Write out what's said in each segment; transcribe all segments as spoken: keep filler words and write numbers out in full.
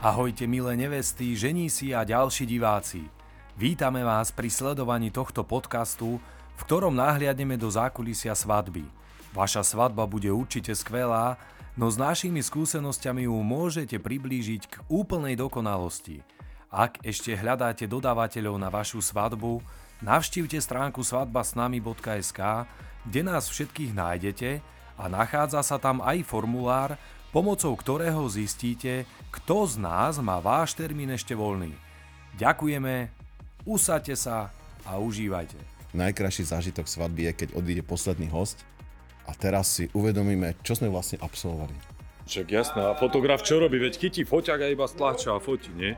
Ahojte milé nevesty, ženísi a ďalší diváci. Vítame vás pri sledovaní tohto podcastu, v ktorom nahliadneme do zákulisia svadby. Vaša svadba bude určite skvelá, no s našimi skúsenosťami ju môžete priblížiť k úplnej dokonalosti. Ak ešte hľadáte dodávateľov na vašu svadbu, navštívte stránku svadba s nami bodka es ká, kde nás všetkých nájdete a nachádza sa tam aj formulár, pomocou ktorého zistíte, kto z nás má váš termín ešte voľný. Ďakujeme, usaďte sa a užívajte. Najkrajší zážitok svadby je, keď odíde posledný host a teraz si uvedomíme, čo sme vlastne absolvovali. Však jasné, a fotograf čo robí? Veď chytí foťák a iba stlača a fotí, nie?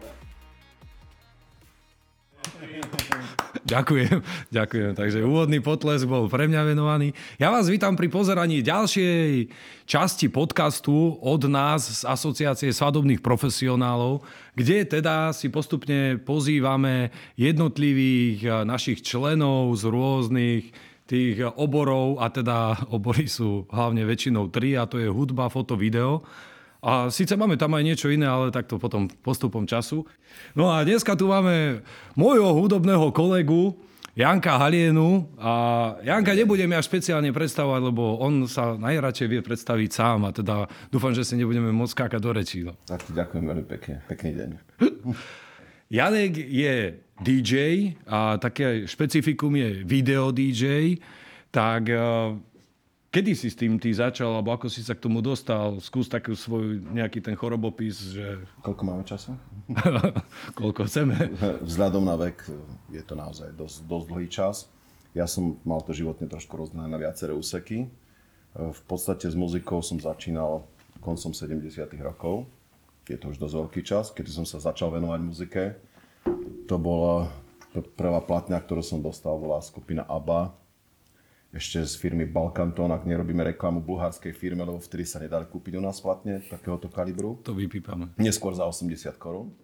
Ďakujem, ďakujem. Takže úvodný potlesk bol pre mňa venovaný. Ja vás vítam pri pozeraní ďalšej časti podcastu od nás z Asociácie svadobných profesionálov, kde teda si postupne pozývame jednotlivých našich členov z rôznych tých oborov, a teda obory sú hlavne väčšinou tri, a to je hudba, foto, video. A síce máme tam aj niečo iné, ale takto potom postupom času. No a dneska tu máme môjho hudobného kolegu Janka Halienu. A Janka nebudem ja špeciálne predstavovať, lebo on sa najradšej vie predstaviť sám. A teda dúfam, že si nebudeme môcť skákať do rečí. No. Tak ďakujem veľmi pekne. Pekný deň. Janek je dý džej a také špecifikum je video dý džej. Tak... Kedy si s tým ty začal, alebo ako si sa k tomu dostal? Skús taký svoj nejaký ten chorobopis, že... Koľko máme času? Koľko chceme. Vzhľadom na vek je to naozaj dosť, dosť dlhý čas. Ja som mal to životne trošku rozdelené na viaceré úseky. V podstate s muzikou som začínal koncom sedemdesiatych rokov. Je to už dosť veľký čas, kedy som sa začal venovať muzike. To bola prvá platňa, ktorú som dostal, bola skupina ABBA. Ešte z firmy Balkanton, ak nerobíme reklamu bulharskej firme, lebo vtedy sa nedali kúpiť u nás platne takéhoto kalibru. To vypípame. Neskôr za osemdesiat korún.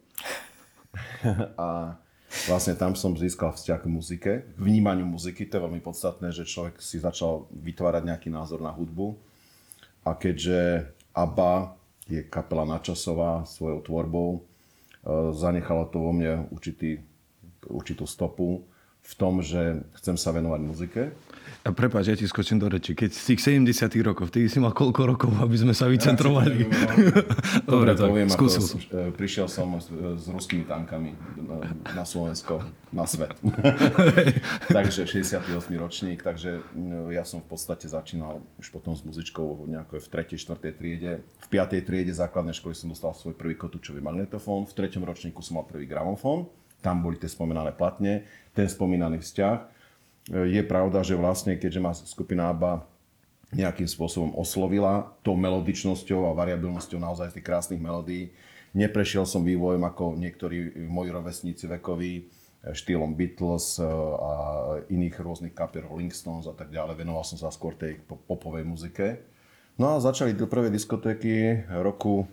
A vlastne tam som získal vzťah k muzike, k vnímaniu muziky. To je veľmi podstatné, že človek si začal vytvárať nejaký názor na hudbu. A keďže ABBA je kapela nadčasová svojou tvorbou, zanechalo to vo mne určitý, určitú stopu v tom, že chcem sa venovať muzike. A prepáč, ja ti skočím do reči. Keď z tých sedemdesiatych rokov, ty si mal koľko rokov, aby sme sa vycentrovali? Ja Dobre, tak poviem, skúsil som. Prišiel som s, s ruskými tankami na, na Slovensko, na svet. Takže šesťdesiaty ôsmy ročník, takže ja som v podstate začínal už potom s muzičkou nejako v tretej, štvrtej triede. V piatej triede základnej školy som dostal svoj prvý kotúčový magnetofón, v treťom ročníku som mal prvý gramofón, tam boli tie spomínané platne, ten spomínaný vzťah. Je pravda, že vlastne, keďže ma skupina ABBA nejakým spôsobom oslovila tou melodičnosťou a variabilnosťou naozaj tých krásnych melódií, neprešiel som vývojom ako niektorí moji rovesníci vekoví, štýlom Beatles a iných rôznych kapier, Rolling Stones a tak ďalej. Venoval som sa skôr tej popovej muzike. No a začali do prvej diskotéky roku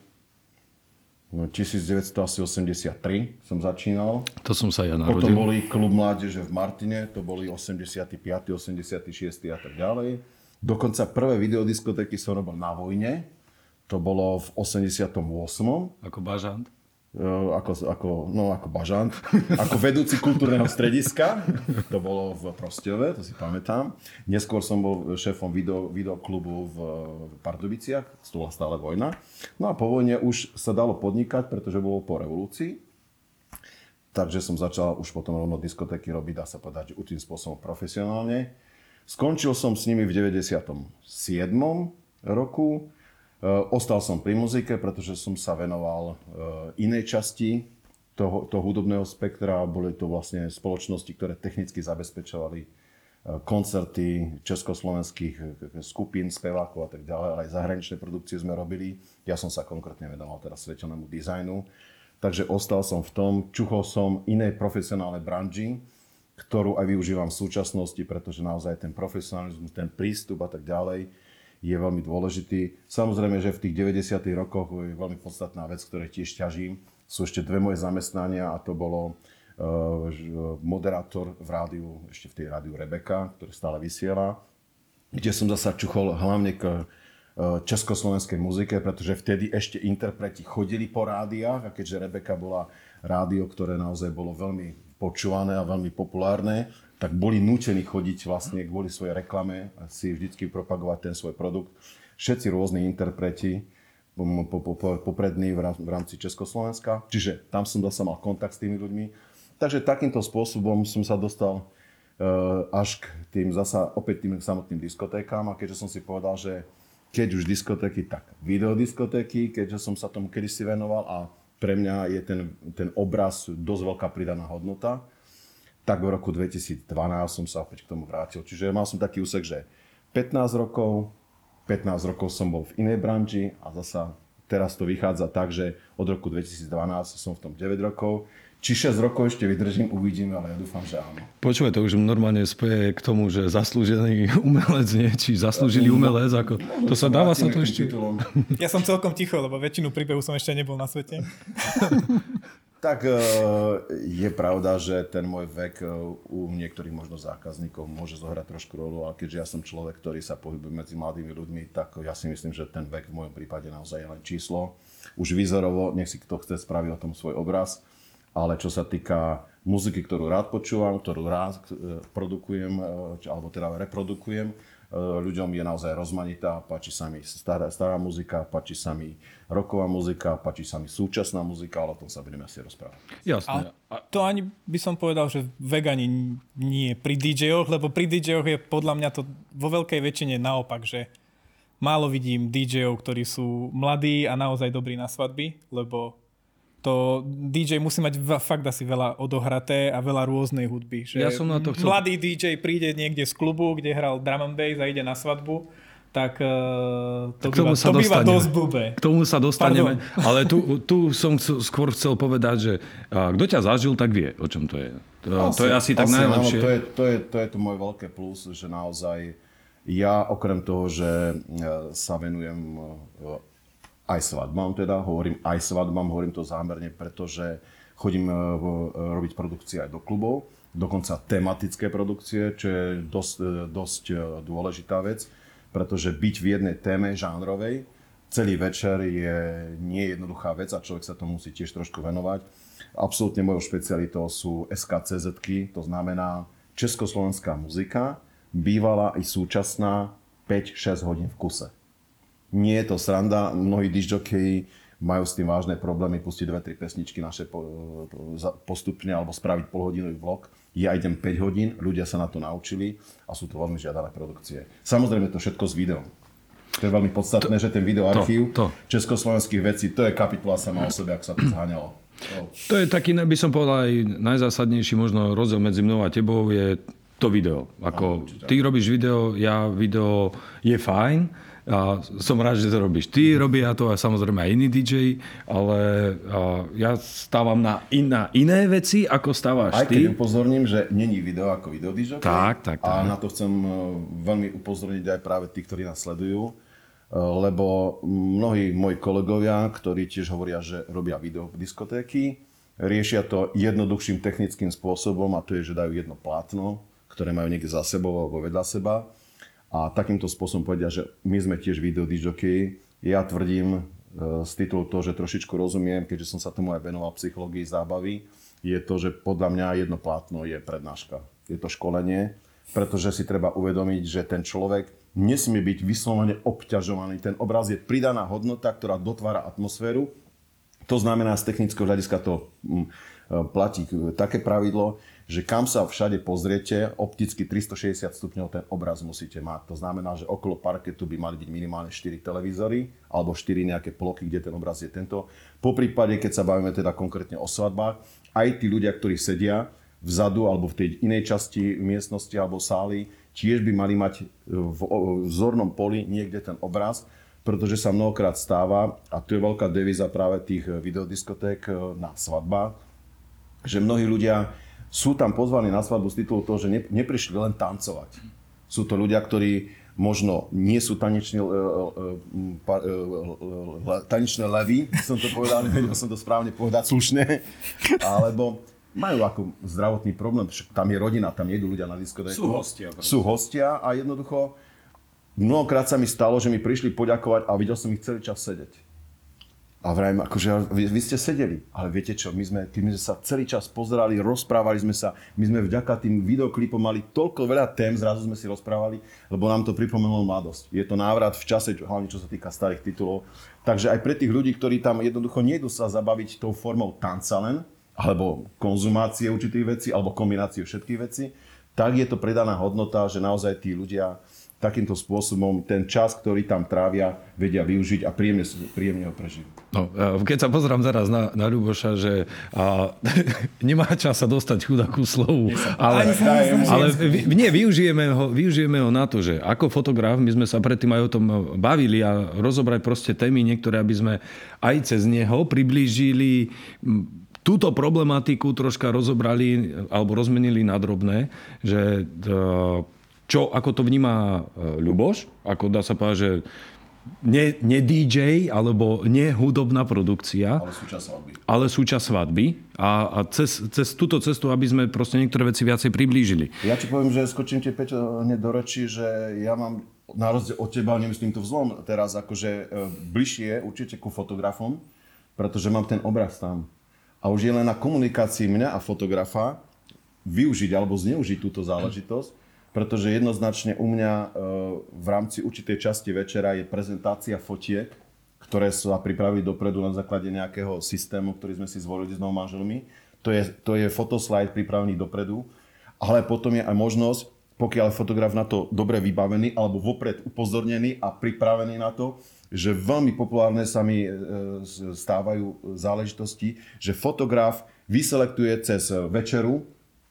devätnásťstoosemdesiattri som začínal. To som sa ja narodil. Potom boli klub mládeže v Martine, to boli osemdesiaty piaty, osemdesiaty šiesty a tak ďalej. Dokonca prvé videodiskotéky som robil na vojne, to bolo v osemdesiatom ôsmom. Ako bažant? Ako, ako, no, ako bažant. Ako vedúci kultúrneho strediska, to bolo v Prosťove, to si pamätám. Neskôr som bol šéfom video, videoklubu v Pardubiciach, to bola stále vojna. No a po vojne už sa dalo podnikať, pretože bolo po revolúcii. Takže som začal už potom rovno diskotéky robiť, dá sa povedať, určitým spôsobom profesionálne. Skončil som s nimi v deväťdesiatom siedmom roku. Ostal som pri muzike, pretože som sa venoval inej časti toho, toho hudobného spektra. Boli to vlastne spoločnosti, ktoré technicky zabezpečovali koncerty československých skupín, spevákov a tak ďalej, ale aj zahraničné produkcie sme robili. Ja som sa konkrétne venoval teraz svetelnému dizajnu. Takže ostal som v tom, čuchol som inej profesionálnej branži, ktorú aj využívam v súčasnosti, pretože naozaj ten profesionalizmus, ten prístup a tak ďalej je veľmi dôležitý. Samozrejme, že v tých deväťdesiatych rokoch je veľmi podstatná vec, ktoré tiež ťažím. Sú ešte dve moje zamestnania a to bolo uh, moderátor v rádiu, ešte v tej rádiu Rebeka, ktoré stále vysiela, kde som zasa čuchol hlavne k československej muzike, pretože vtedy ešte interpreti chodili po rádiách a keďže Rebeka bola rádio, ktoré naozaj bolo veľmi počúvané a veľmi populárne, tak boli nútení chodiť vlastne kvôli svojej reklame a si vždycky propagovať ten svoj produkt. Všetci rôzni interpreti poprední v rámci Československa, čiže tam som zase mal kontakt s tými ľuďmi. Takže takýmto spôsobom som sa dostal až k tým zasa opäť tým samotným diskotékám a keďže som si povedal, že keď už diskotéky, tak videodiskotéky, keďže som sa tomu kedysi venoval a pre mňa je ten, ten obraz dosť veľká pridaná hodnota, tak v roku dvetisícdvanásť som sa opäť k tomu vrátil. Čiže mal som taký úsek, že pätnásť rokov, pätnásť rokov som bol v inej branži a zasa teraz to vychádza tak, že od roku dvetisícdvanásť som v tom deväť rokov. Či šesť rokov ešte vydržím, uvidíme, ale ja dúfam, že áno. Počúvaj, to už normálne spoje k tomu, že zaslúžený umelec, nie? Či zaslúžili umelec, ako... To sa dáva sa to ešte... Ja som celkom ticho, lebo väčšinu príbehu som ešte nebol na svete. Tak je pravda, že ten môj vek u niektorých možno zákazníkov môže zohrať trošku rolu, ale keďže ja som človek, ktorý sa pohybuje medzi mladými ľuďmi, tak ja si myslím, že ten vek v mojom prípade naozaj je len číslo. Už výzorovo, nech si kto chce, spraví o tom svoj obraz. Ale čo sa týka muziky, ktorú rád počúvam, ktorú rád produkujem, alebo teda reprodukujem, ľuďom je naozaj rozmanitá, páči sa mi stará, stará muzika, páči sa mi rocková muzika, páči sa mi súčasná muzika, ale o tom sa budeme asi rozprávať. Jasné. A to ani by som povedal, že vegani nie pri dí džejoch, lebo pri dí džejoch je podľa mňa to vo veľkej väčšine naopak, že málo vidím dí džejov, ktorí sú mladí a naozaj dobrí na svadby, lebo to dí džej musí mať fakt asi veľa odohraté a veľa rôznej hudby. Že ja som na to chcel... Mladý dí džej príde niekde z klubu, kde hral drum and bass a ide na svadbu, tak uh, to, býva, to býva dosť blbé. K tomu sa dostaneme. Pardon. Ale tu, tu som skôr chcel povedať, že kto ťa zažil, tak vie, o čom to je. To, asi, to je asi tak asi, najlepšie. Áno, to, je, to, je, to je to môj veľké plus, že naozaj ja okrem toho, že sa venujem aj svadbám teda, hovorím aj svadbám, hovorím to zámerne, pretože chodím robiť produkcie aj do klubov, dokonca tematické produkcie, čo je dosť, dosť dôležitá vec, pretože byť v jednej téme žánrovej celý večer je nie jednoduchá vec a človek sa tomu musí tiež trošku venovať. Absolútne mojou špecialitou sú es ká cé zetky, to znamená československá muzika, bývalá i súčasná päť šesť hodín v kuse. Nie je to sranda, mnohí discjokeji majú s tým vážne problémy pustiť dve tri pesničky naše postupne alebo spraviť polhodinový vlog. Ja idem päť hodín, ľudia sa na to naučili a sú to veľmi žiadané produkcie. Samozrejme to všetko s videom. To je veľmi podstatné, to, že ten videoarchív to, to. československých vecí, to je kapitola sama o sebe, ako sa to zháňalo. To. to je taký, by som povedal, aj najzásadnejší možno rozdiel medzi mnou a tebou je to video. Ako, no, ty robíš video, ja video je fajn, a som rád, že to robíš ty, robia to a samozrejme aj iní dí džeji, ale ja stávam na, in, na iné veci, ako stávaš aj ty. Aj keď upozorním, že není video ako video dí džej. Tak, tak, tak. A na to chcem veľmi upozorniť aj práve tí, ktorí nás sledujú, lebo mnohí moji kolegovia, ktorí tiež hovoria, že robia video diskotéky, riešia to jednoduchším technickým spôsobom a to je, že dajú jedno plátno, ktoré majú niekde za sebou alebo vedľa seba. A takýmto spôsobom povedia, že my sme tiež video disjokeji. Ja tvrdím z titulu toho, že trošičku rozumiem, keďže som sa tomu aj venoval psychológii zábavy, je to, že podľa mňa jedno plátno je prednáška. Je to školenie, pretože si treba uvedomiť, že ten človek nesmie byť vyslovene obťažovaný. Ten obraz je pridaná hodnota, ktorá dotvára atmosféru. To znamená, z technického hľadiska to platí také pravidlo, že kam sa všade pozriete, opticky tristošesťdesiat stupňov ten obraz musíte mať. To znamená, že okolo parketu by mali byť minimálne štyri televízory alebo štyri nejaké plochy, kde ten obraz je tento. Po prípade, keď sa bavíme teda konkrétne o svadbách, aj tí ľudia, ktorí sedia vzadu alebo v tej inej časti miestnosti alebo sály, tiež by mali mať v vzornom poli niekde ten obraz, pretože sa mnohokrát stáva, a tu je veľká devíza práve tých videodiskoték na svadbách, že mnohí ľudia sú tam pozvaní na svadbu z titulu toho, že ne, neprišli len tancovať. Sú to ľudia, ktorí možno nie sú tanečne, tanečné levy, som to povedal, nevedel som to správne povedať slušne, alebo majú ako zdravotný problém, tam je rodina, tam nejdú ľudia na diskotéku. Sú hostia. Sú hostia a jednoducho mnohokrát sa mi stalo, že mi prišli poďakovať a videl som ich celý čas sedieť. A vrajím, akože vy, vy ste sedeli, ale viete čo, my sme, my sme sa celý čas pozerali, rozprávali sme sa, my sme vďaka tým videoklipom mali toľko veľa tém, zrazu sme si rozprávali, lebo nám to pripomenulo mladosť. Je to návrat v čase, hlavne čo sa týka starých titulov. Takže aj pre tých ľudí, ktorí tam jednoducho nejdu sa zabaviť tou formou tanca len, alebo konzumácie určitých vecí, alebo kombinácie všetkých vecí, tak je to pridaná hodnota, že naozaj tí ľudia takýmto spôsobom ten čas, ktorý tam trávia, vedia využiť a príjemne, príjemne ho prežijú. No, keď sa pozerám teraz na, na Ľuboša, že a, nemá čas sa dostať chudáku slovu, ale, ale nie, využijeme ho, využijeme ho na to, že ako fotograf, my sme sa predtým aj o tom bavili a rozobrať proste témy niektoré, aby sme aj cez neho priblížili túto problematiku, troška rozobrali alebo rozmenili na drobné, že čo, ako to vníma Ľuboš, ako dá sa povedať, že nie, nie dý džej, alebo nie hudobná produkcia, ale súčasť svadby. Ale súčasť svadby a, a cez, cez túto cestu, aby sme proste niektoré veci viacej priblížili. Ja ti poviem, že skočím ti, Peťo, hneď do rečí, že ja mám na rozdiel od teba, nemyslím to vzlom teraz, akože bližšie určite ku fotografom, pretože mám ten obraz tam. A už je len na komunikácii mňa a fotografa využiť alebo zneužiť túto záležitosť, pretože jednoznačne u mňa e, v rámci určitej časti večera je prezentácia fotiek, ktoré sa pripravili dopredu na základe nejakého systému, ktorý sme si zvolili s novou manželmi. To je, to je fotoslide pripravený dopredu, ale potom je aj možnosť, pokiaľ je fotograf na to dobre vybavený alebo vopred upozornený a pripravený na to, že veľmi populárne sa mi e, stávajú záležitosti, že fotograf vyselektuje cez večeru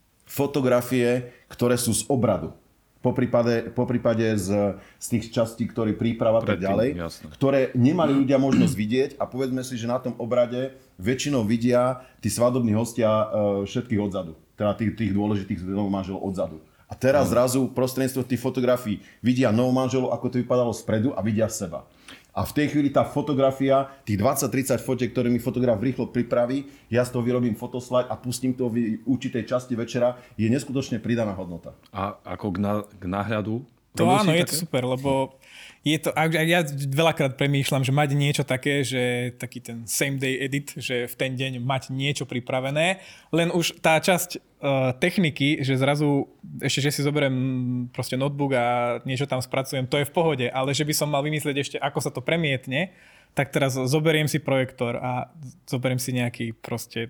fotografie, ktoré sú z obradu. Po prípade, po prípade z, z tých častí, ktoré príprava tak ďalej, jasne. Ktoré nemali ľudia možnosť vidieť a povedzme si, že na tom obrade väčšinou vidia tí svadobní hostia e, všetkých odzadu. Teda tých, tých dôležitých novomanželov odzadu. A teraz no. Zrazu prostredníctvom tých fotografií vidia novomanželov, ako to vypadalo spredu a vidia seba. A v tej chvíli tá fotografia, tých dvadsať tridsať fotiek, ktoré mi fotograf rýchlo pripraví, ja z toho vyrobím fotoslide a pustím to v určitej časti večera, je neskutočne pridaná hodnota. A ako k, na, k náhľadu? To áno, je to super, lebo je to, ja veľakrát premýšľam, že mať niečo také, že taký ten same day edit, že v ten deň mať niečo pripravené, len už tá časť uh, techniky, že zrazu ešte, že si zoberiem proste notebook a niečo tam spracujem, to je v pohode, ale že by som mal vymyslieť ešte, ako sa to premietne, tak teraz zoberiem si projektor a zoberiem si nejaký proste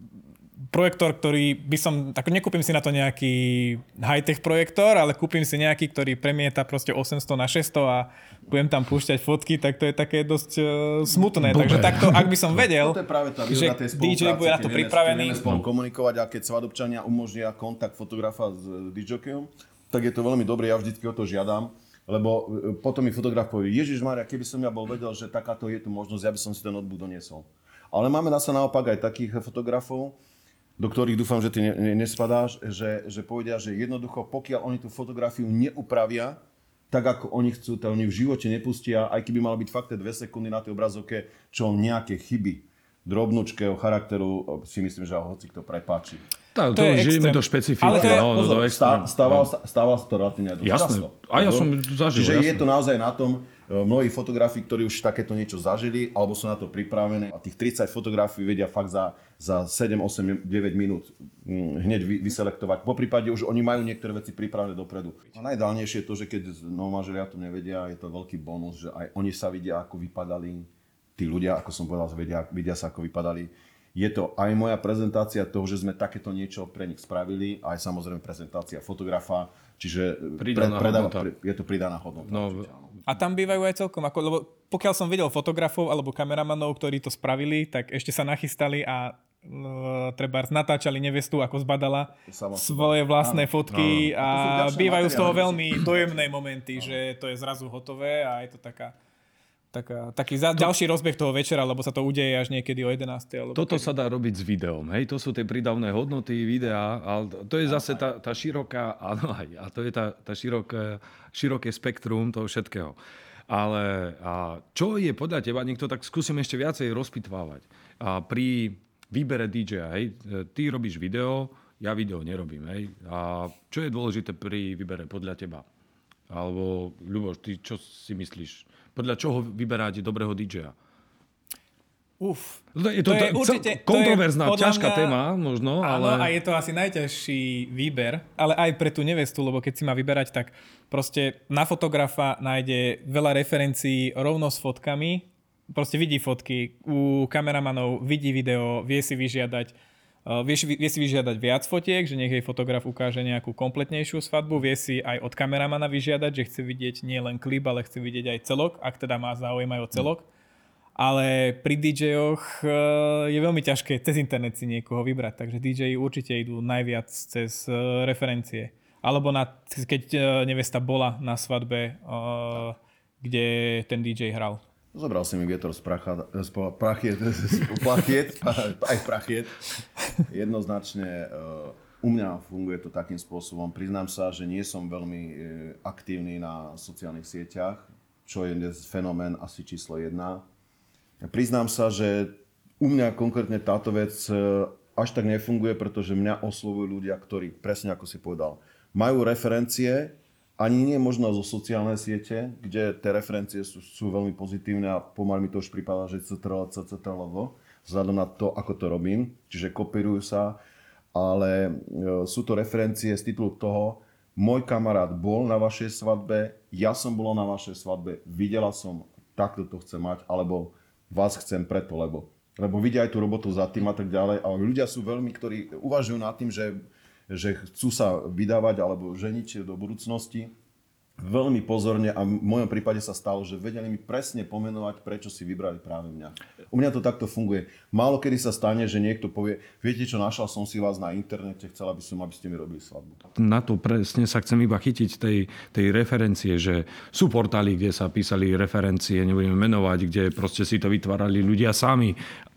projektor, ktorý by som, ako nekúpim si na to nejaký high-tech projektor, ale kúpim si nejaký, ktorý premieta proste osemsto na šesťsto a budem tam púšťať fotky, tak to je také dosť uh, smutné. Dobre. Takže takto, ak by som vedel, to je práve tá že dý džej bude na to pripravený. Keď spolu komunikovať a keď svadobčania umožnia kontakt fotografa s DJom, tak je to veľmi dobré, ja vždycky o to žiadam. Lebo potom mi fotograf povie, Ježišmária, keby som ja bol vedel, že takáto je tu možnosť, ja by som si ten notebook doniesol. Ale máme zase naopak aj takých fotografov, do ktorých dúfam, že ty ne, ne, nespadáš, že, že povedia, že jednoducho, pokiaľ oni tú fotografiu neupravia, tak ako oni chcú, to oni v živote nepustia, aj keby malo byť fakt dve sekundy na tej obrazovke, čo nejaké chyby drobnučkého charakteru, si myslím, že ho hoci kto prepáči. Tak, to, to je žijeme do špecifiky. No, no, stávalo sa to relatívne dosť často. A ja som zažil. Čiže jasne. Je to naozaj na tom, mnohí fotografi, ktorí už takéto niečo zažili, alebo sú na to pripravené a tých tridsať fotografií vedia fakt za, za sedem, osem, deväť minút hneď vyselektovať. Po prípade už oni majú niektoré veci pripravené dopredu. A najdálnejšie je to, že keď novomanželia to nevedia, je to veľký bonus, že aj oni sa vidia, ako vypadali. Tí ľudia, ako som povedal, vedia, vidia sa, ako vypadali. Je to aj moja prezentácia toho, že sme takéto niečo pre nich spravili, aj samozrejme prezentácia fotografa, čiže pre, predáva, pre, je to pridaná hodnota. No, a tam bývajú aj celkom, ako, lebo pokiaľ som videl fotografov alebo kameramanov, ktorí to spravili, tak ešte sa nachystali a uh, treba natáčali nevestu, ako zbadala svoje vlastné áno, fotky áno. A bývajú z toho veľmi dojemné momenty, že to je zrazu hotové a je to taká Taká, taký za, ďalší rozbeh toho večera, lebo sa to udeje až niekedy o jedenástej. Alebo Toto kedy. Sa dá robiť s videom, hej? To sú tie prídavné hodnoty videa, ale to je zase tá, tá široká, áno aj, a to je tá, tá široké, široké spektrum toho všetkého. Ale a čo je podľa teba, niekto tak skúsim ešte viacej rozpitvávať. A pri výbere dý džeja, hej? Ty robíš video, ja video nerobím, hej? A čo je dôležité pri výbere podľa teba? Alebo, Ľuboš, ty čo si myslíš? Podľa čoho vyberáte dobrého dý džeja? Uf, Je to, to je to, určite... kontroverzná, to je ťažká mňa, téma, možno, áno, ale... a je to asi najťažší výber, ale aj pre tú nevestu, lebo keď si má vyberať, tak proste na fotografa nájde veľa referencií rovno s fotkami, proste vidí fotky, u kameramanov vidí video, vie si vyžiadať, uh, vie, vie si vyžiadať viac fotiek, že nech jej fotograf ukáže nejakú kompletnejšiu svadbu, vie si aj od kameramana vyžiadať, že chce vidieť nie len klip, ale chce vidieť aj celok, ak teda má záujem aj o celok. Mm. Ale pri dý džejoch je veľmi ťažké cez internet si niekoho vybrať, takže dý džeji určite idú najviac cez referencie. Alebo na, keď nevesta bola na svadbe, kde ten dý džej hral. Zobral si mi vietor z pracha, z prachiet, z plachiet, aj prachiet. Jednoznačne u mňa funguje to takým spôsobom. Priznám sa, že nie som veľmi aktívny na sociálnych sieťach, čo je dnes fenomén asi číslo jedna. Priznám sa, že u mňa konkrétne táto vec až tak nefunguje, pretože mňa oslovujú ľudia, ktorí, presne ako si povedal, majú referencie, ani nie možno zo sociálnej siete, kde tie referencie sú, sú veľmi pozitívne a pomaly mi to už prípada, že ctrl, ctrl, vzhľadom na to, ako to robím, čiže kopírujú sa, ale sú to referencie z titulu toho, môj kamarát bol na vašej svadbe, ja som bol na vašej svadbe, videla som, takto to chcem mať, alebo vás chcem preto, lebo, lebo vidia aj tú robotu za tým a tak ďalej. A ľudia sú veľmi, ktorí uvažujú nad tým, že, že chcú sa vydávať alebo ženiť do budúcnosti. Veľmi pozorne a v mojom prípade sa stalo, že vedeli mi presne pomenovať, prečo si vybrali práve mňa. U mňa to takto funguje. Málo kedy sa stane, že niekto povie, viete čo, našla som si vás na internete, chcela by som, aby ste mi robili svadbu. Na to presne sa chcem iba chytiť tej, tej referencie, že sú portály, kde sa písali referencie, nebudeme menovať, kde proste si to vytvárali ľudia sami.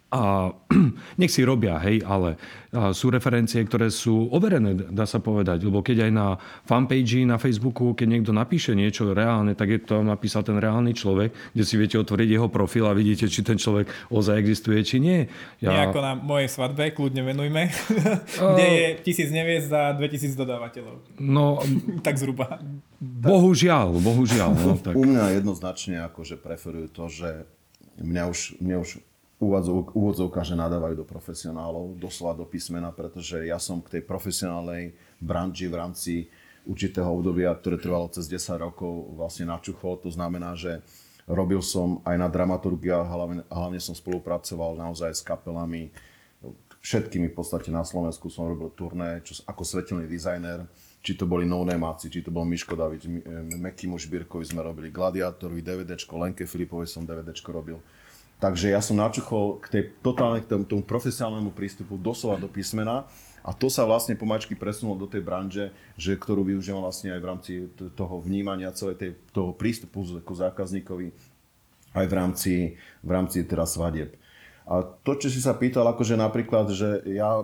A nech si robia, hej, ale sú referencie, ktoré sú overené, dá sa povedať. Lebo keď aj na fanpage, na Facebooku, keď niekto napíše niečo reálne, tak je to napísal ten reálny človek, kde si viete otvoriť jeho profil a vidíte, či ten človek ozaj existuje, či nie. Ja... Nie ako na mojej svadbe, kľudne venujme, kde je tisíc neviest za dvetisíc dodávateľov. No, tak zhruba. Bohužiaľ, bohužiaľ. No, tak. U mňa jednoznačne akože preferujú to, že mňa už, mňa už úvodzovka, že nadávajú do profesionálov, doslova do písmena, pretože ja som k tej profesionálnej branži v rámci určitého obdobia, ktoré trvalo cez desať rokov, vlastne načuchol. To znamená, že robil som aj na dramaturgiách, hlavne, hlavne som spolupracoval naozaj s kapelami, všetkými v podstate na Slovensku som robil turné, čo, ako svetelný dizajner, či to boli no-namáci, či to bol Miško David, Mekimu Žbírkovi sme robili Gladiátorovi, DVDčko, Lenke Filipovej som DVDčko robil. Takže ja som načuchol k tej totálne k tomu, tomu profesionálnemu prístupu doslova do písmena a to sa vlastne pomačky presunulo do tej branže, že, ktorú využívam vlastne aj v rámci toho vnímania celej tej, toho prístupu ku zákazníkovi aj v rámci, v rámci teda svadieb. A to, čo si sa pýtal, akože napríklad, že ja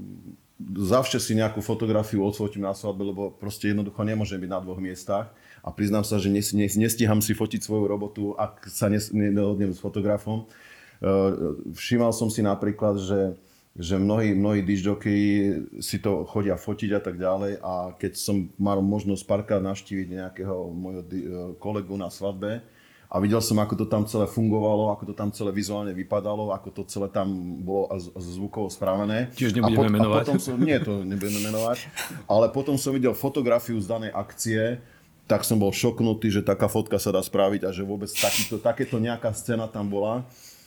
zavše si nejakú fotografiu odfotím na svadbe, lebo proste jednoducho nemôžem byť na dvoch miestach. A priznám sa, že nestíham si fotiť svoju robotu, ak sa nedohodnem s fotografom. Všímal som si napríklad, že, že mnohí, mnohí dižďokeji si to chodia fotiť a tak ďalej. A keď som mal možnosť párkrát navštíviť nejakého môjho kolegu na svadbe a videl som, ako to tam celé fungovalo, ako to tam celé vizuálne vypadalo, ako to celé tam bolo zvukovo správené. Tiež nebudeme a pot, menovať. A potom som, nie, to nebudeme menovať. Ale potom som videl fotografiu z danej akcie, tak som bol šoknutý, že taká fotka sa dá spraviť a že vôbec takýto, takéto nejaká scéna tam bola.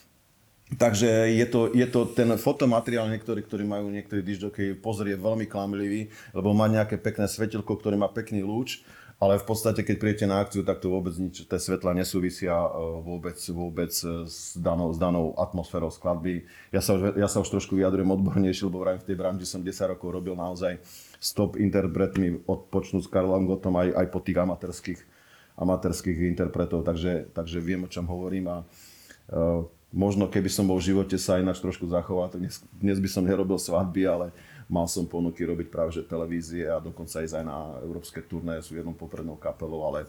Takže je to, je to ten fotomateriál, niektorý, ktorý majú niektorí dižďokeji, pozor, je veľmi klamlivý, lebo má nejaké pekné svetelko, ktoré má pekný lúč, ale v podstate, keď príjete na akciu, tak to vôbec nič, tie svetla nesúvisia vôbec, vôbec s danou, s danou atmosférou skladby. Ja sa, už, ja sa už trošku vyjadrujem odbornejšie, lebo v tej branži som desať rokov robil naozaj stop interpretmi, od počnú s Karlom Gottom aj, aj po tých amatérských, amatérských interpretov, takže, takže viem, o čom hovorím a uh, možno keby som bol v živote sa ináč trošku zachoval, tak dnes, dnes by som nerobil svadby, ale mal som ponuky robiť práve že televízie a dokonca ísť aj na európske turné s jednou poprednou kapelou, ale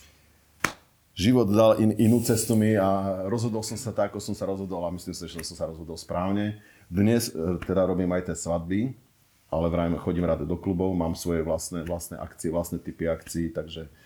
život dal in, inú cestu mi a rozhodol som sa tak, ako som sa rozhodol a myslím si, že som sa rozhodol správne. Dnes teda robím aj tie svadby, ale vrajme chodím rád do klubov, mám svoje vlastné, vlastné akcie, vlastné typy akcií, takže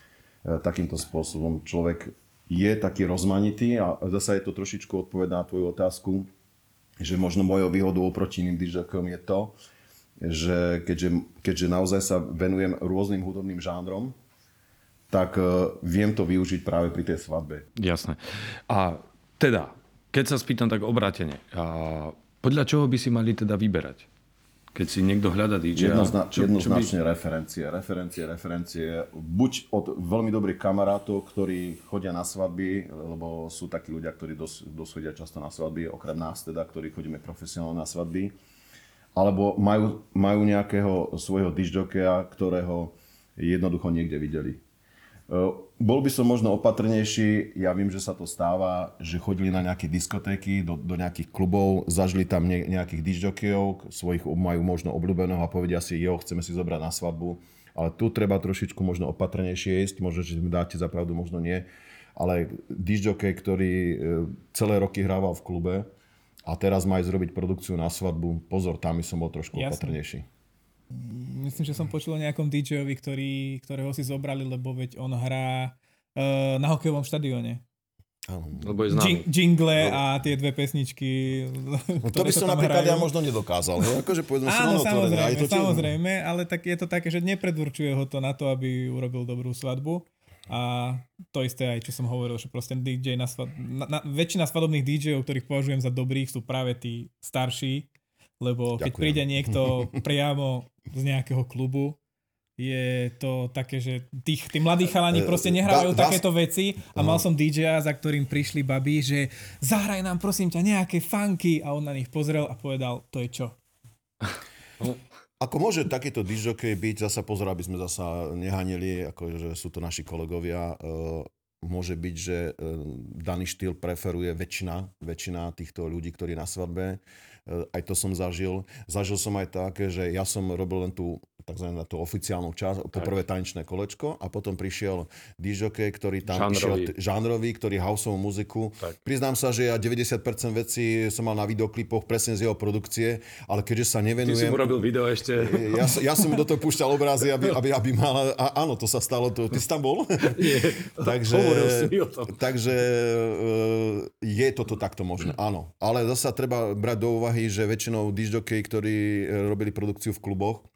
takýmto spôsobom. Človek je taký rozmanitý a zase je to trošičku odpoveď na tvoju otázku, že možno mojou výhodou oproti iným dýžďakom je to, že keďže, keďže naozaj sa venujem rôznym hudobným žánrom, tak viem to využiť práve pri tej svadbe. Jasné. A teda, keď sa spýtam tak obrátene, a podľa čoho by si mali teda vyberať? Keď si niekto hľada dý džeja... Jednozna, čo, jednoznačne čo by... referencie, referencie, referencie. Buď od veľmi dobrých kamarátov, ktorí chodia na svadby, lebo sú takí ľudia, ktorí dos, doschodia často na svadby, okrem nás teda, ktorí chodíme profesionálne na svadby. Alebo majú, majú nejakého svojho discjockeya, ktorého jednoducho niekde videli. Bol by som možno opatrnejší, ja viem, že sa to stáva, že chodili na nejaké diskotéky, do, do nejakých klubov, zažili tam ne, nejakých discjockeyov, svojich majú možno obľúbeného a povedia si, jo, chceme si zobrať na svadbu. Ale tu treba trošičku možno opatrnejšie ísť, možno, že mi dáte za pravdu, možno nie. Ale discjockey, ktorý celé roky hrával v klube a teraz má ísť zrobiť produkciu na svadbu, pozor, tam by som bol trošku Jasne. opatrnejší. Myslím, že som počul o nejakom dý džejovi, ktorý, ktorého si zobrali, lebo veď on hrá uh, na hokejovom štadióne. Lebo je známy. Jingle a tie dve pesničky. No to by som napríklad hrajú. Ja možno nedokázal. No, akože povedzme si, áno, samozrejme, to samozrejme, ale tak je to také, že nepredurčuje ho to na to, aby urobil dobrú svadbu. A to isté aj, čo som hovoril, že proste dý džej na, svad... na, na väčšina svadobných dý džejov, ktorých považujem za dobrých, sú práve tí starší. Lebo keď Ďakujem. príde niekto priamo z nejakého klubu, je to také, že tí, tí mladí chalani proste nehrávajú da, takéto veci a mal som dý džeja, za ktorým prišli babi, že zahraj nám prosím ťa nejaké funky a on na nich pozrel a povedal, to je čo? Ako môže takýto discjockey byť, zasa pozor, aby sme zasa nehanili, ako že sú to naši kolegovia, môže byť, že daný štýl preferuje väčšina, väčšina týchto ľudí, ktorí na svadbe. Aj to som zažil. Zažil som aj tak, že ja som robil len tú takzvané tú oficiálnu časť, to prvé tanečné kolečko a potom prišiel discjockey, ktorý tam žánrový. išiel žánrový, ktorý houseovú muziku. Tak. Priznám sa, že ja deväťdesiat percent vecí som mal na videoklipoch presne z jeho produkcie, ale keďže sa nevenujem... Ty si mu robil video ešte. Ja, ja som mu do toho púšťal obrazy, aby, aby, aby mal... A áno, to sa stalo. To, ty si tam bol? Nie, takže, hovoril si mi o tom. Takže je toto takto možné, áno. Ale zasa treba brať do úvahy, že väčšinou discjockey, ktorí robili produkciu v kluboch,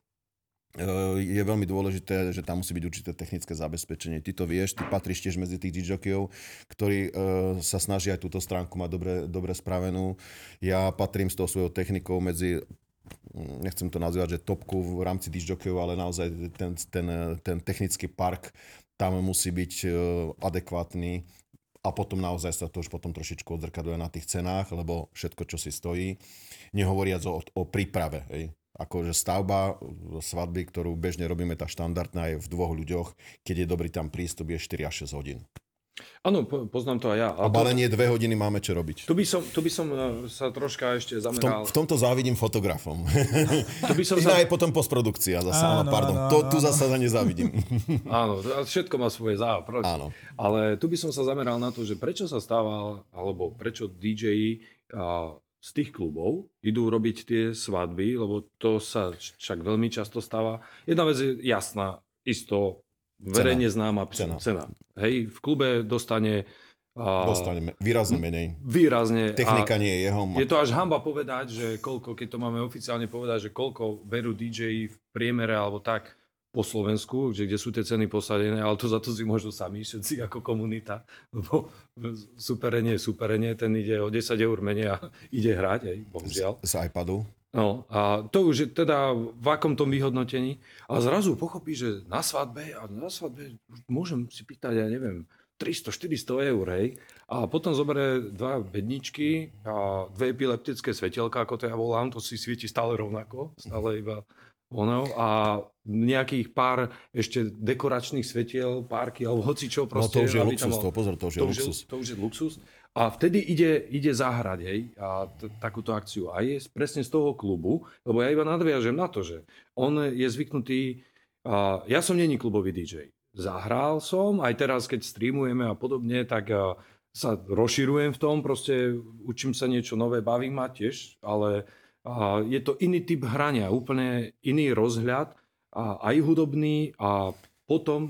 je veľmi dôležité, že tam musí byť určité technické zabezpečenie. Ty to vieš, ty patríš tiež medzi tých discjockeyov, ktorí sa snažia aj túto stránku mať dobre, dobre spravenú. Ja patrím s tou svojou technikou medzi, nechcem to nazývať, že topku v rámci discjockeyov, ale naozaj ten, ten, ten technický park tam musí byť adekvátny. A potom naozaj sa to už potom trošičku odzrkadluje na tých cenách, lebo všetko, čo si stojí, nehovoriac o, o príprave. Hej. Akože stavba svadby, ktorú bežne robíme, tá štandardná je v dvoch ľuďoch, keď je dobrý tam prístup, je štyri až šesť hodín. Áno, po, poznám to aj ja. A balenie dve hodiny máme čo robiť. Tu by som, tu by som sa troška ešte zameral. V, tom, v tomto závidím fotografom. Tu by som sa... sa... aj potom postprodukcia zase, áno, áno, pardon. Áno, to, tu zase nezávidím. Áno, všetko má svoje za a proti. Áno. Ale tu by som sa zameral na to, že prečo sa stáva, alebo prečo dý džeji a, z tých klubov idú robiť tie svadby, lebo to sa však veľmi často stáva. Jedna vec je jasná, isto verejne známa cena. cena. Hej, v klube dostane... A, dostane výrazne menej. Výrazne. Technika nie je jeho. Je to až hanba povedať, že koľko, keď to máme oficiálne povedať, že koľko berú dý džeji v priemere alebo tak po Slovensku, že kde sú tie ceny posadené, ale to za to si môžu sami všetci ako komunita. Lebo superenie je superenie, ten ide o desať eur menej a ide hrať, hej, bohužiaľ. Z, z iPadu. No a to už je teda v akom tom vyhodnotení. A zrazu pochopí, že na svadbe, a na svadbe môžem si pýtať, ja neviem, tristo štyristo eur, hej. A potom zoberie dva bedničky a dve epileptické svetelka, ako to ja volám, to si svieti stále rovnako, stále iba ono. A nejakých pár ešte dekoračných svetiel, párky alebo hocičo proste. No to už je luxus, mal... to pozor, to už je to luxus. Už, to už je luxus. A vtedy ide, ide zahrať, hej, a t- takúto akciu. A je presne z toho klubu, lebo ja iba nadviažem na to, že on je zvyknutý, a ja som není klubový dý džej. Zahral som, aj teraz, keď streamujeme a podobne, tak a, sa rozširujem v tom, proste učím sa niečo nové, baví ma tiež, ale a, je to iný typ hrania, úplne iný rozhľad, a aj hudobný, a potom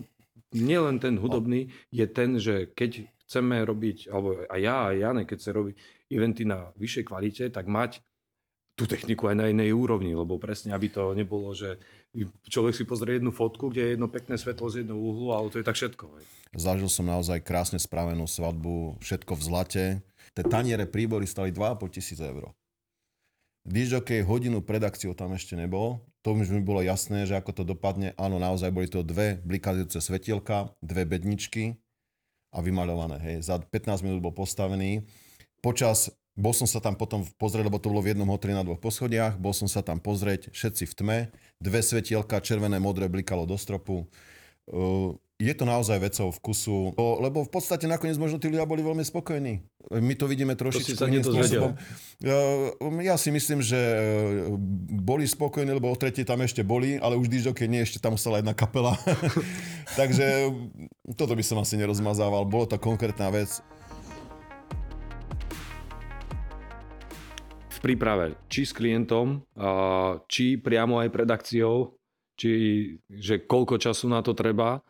nielen ten hudobný, je ten, že keď chceme robiť, alebo aj ja, aj Jane, keď sa robí eventy na vyššej kvalite, tak mať tú techniku aj na inej úrovni, lebo presne, aby to nebolo, že človek si pozrie jednu fotku, kde je jedno pekné svetlo z jedného uhlu, ale to je tak všetko. Zažil som naozaj krásne spravenú svadbu, všetko v zlate. Tie taniere, príbory stali dva a pol tisíc eur. Discjockey hodinu pred akciou tam ešte nebol. To už mi bolo jasné, že ako to dopadne. Áno, naozaj boli to dve blikajúce svetielka, dve bedničky a vymaľované. Hej. Za pätnásť minút bol postavený. Počas, bol som sa tam potom pozrieť, lebo to bolo v jednom hoteli na dvoch poschodiach, bol som sa tam pozrieť, všetci v tme, dve svetielka, červené, modré blikalo do stropu. Uh, je to naozaj vecou vkusu, lebo v podstate nakoniec možno tí ľudia boli veľmi spokojní. My to vidíme trošičku iným spôsobom. Ja si myslím, že boli spokojní, lebo o tretí tam ešte boli, ale už discjockey nie, ešte tam ostala jedna kapela. Takže toto by som asi nerozmazával. Bolo to konkrétna vec. V príprave, či s klientom, či priamo aj pred akciou, či že koľko času na to treba,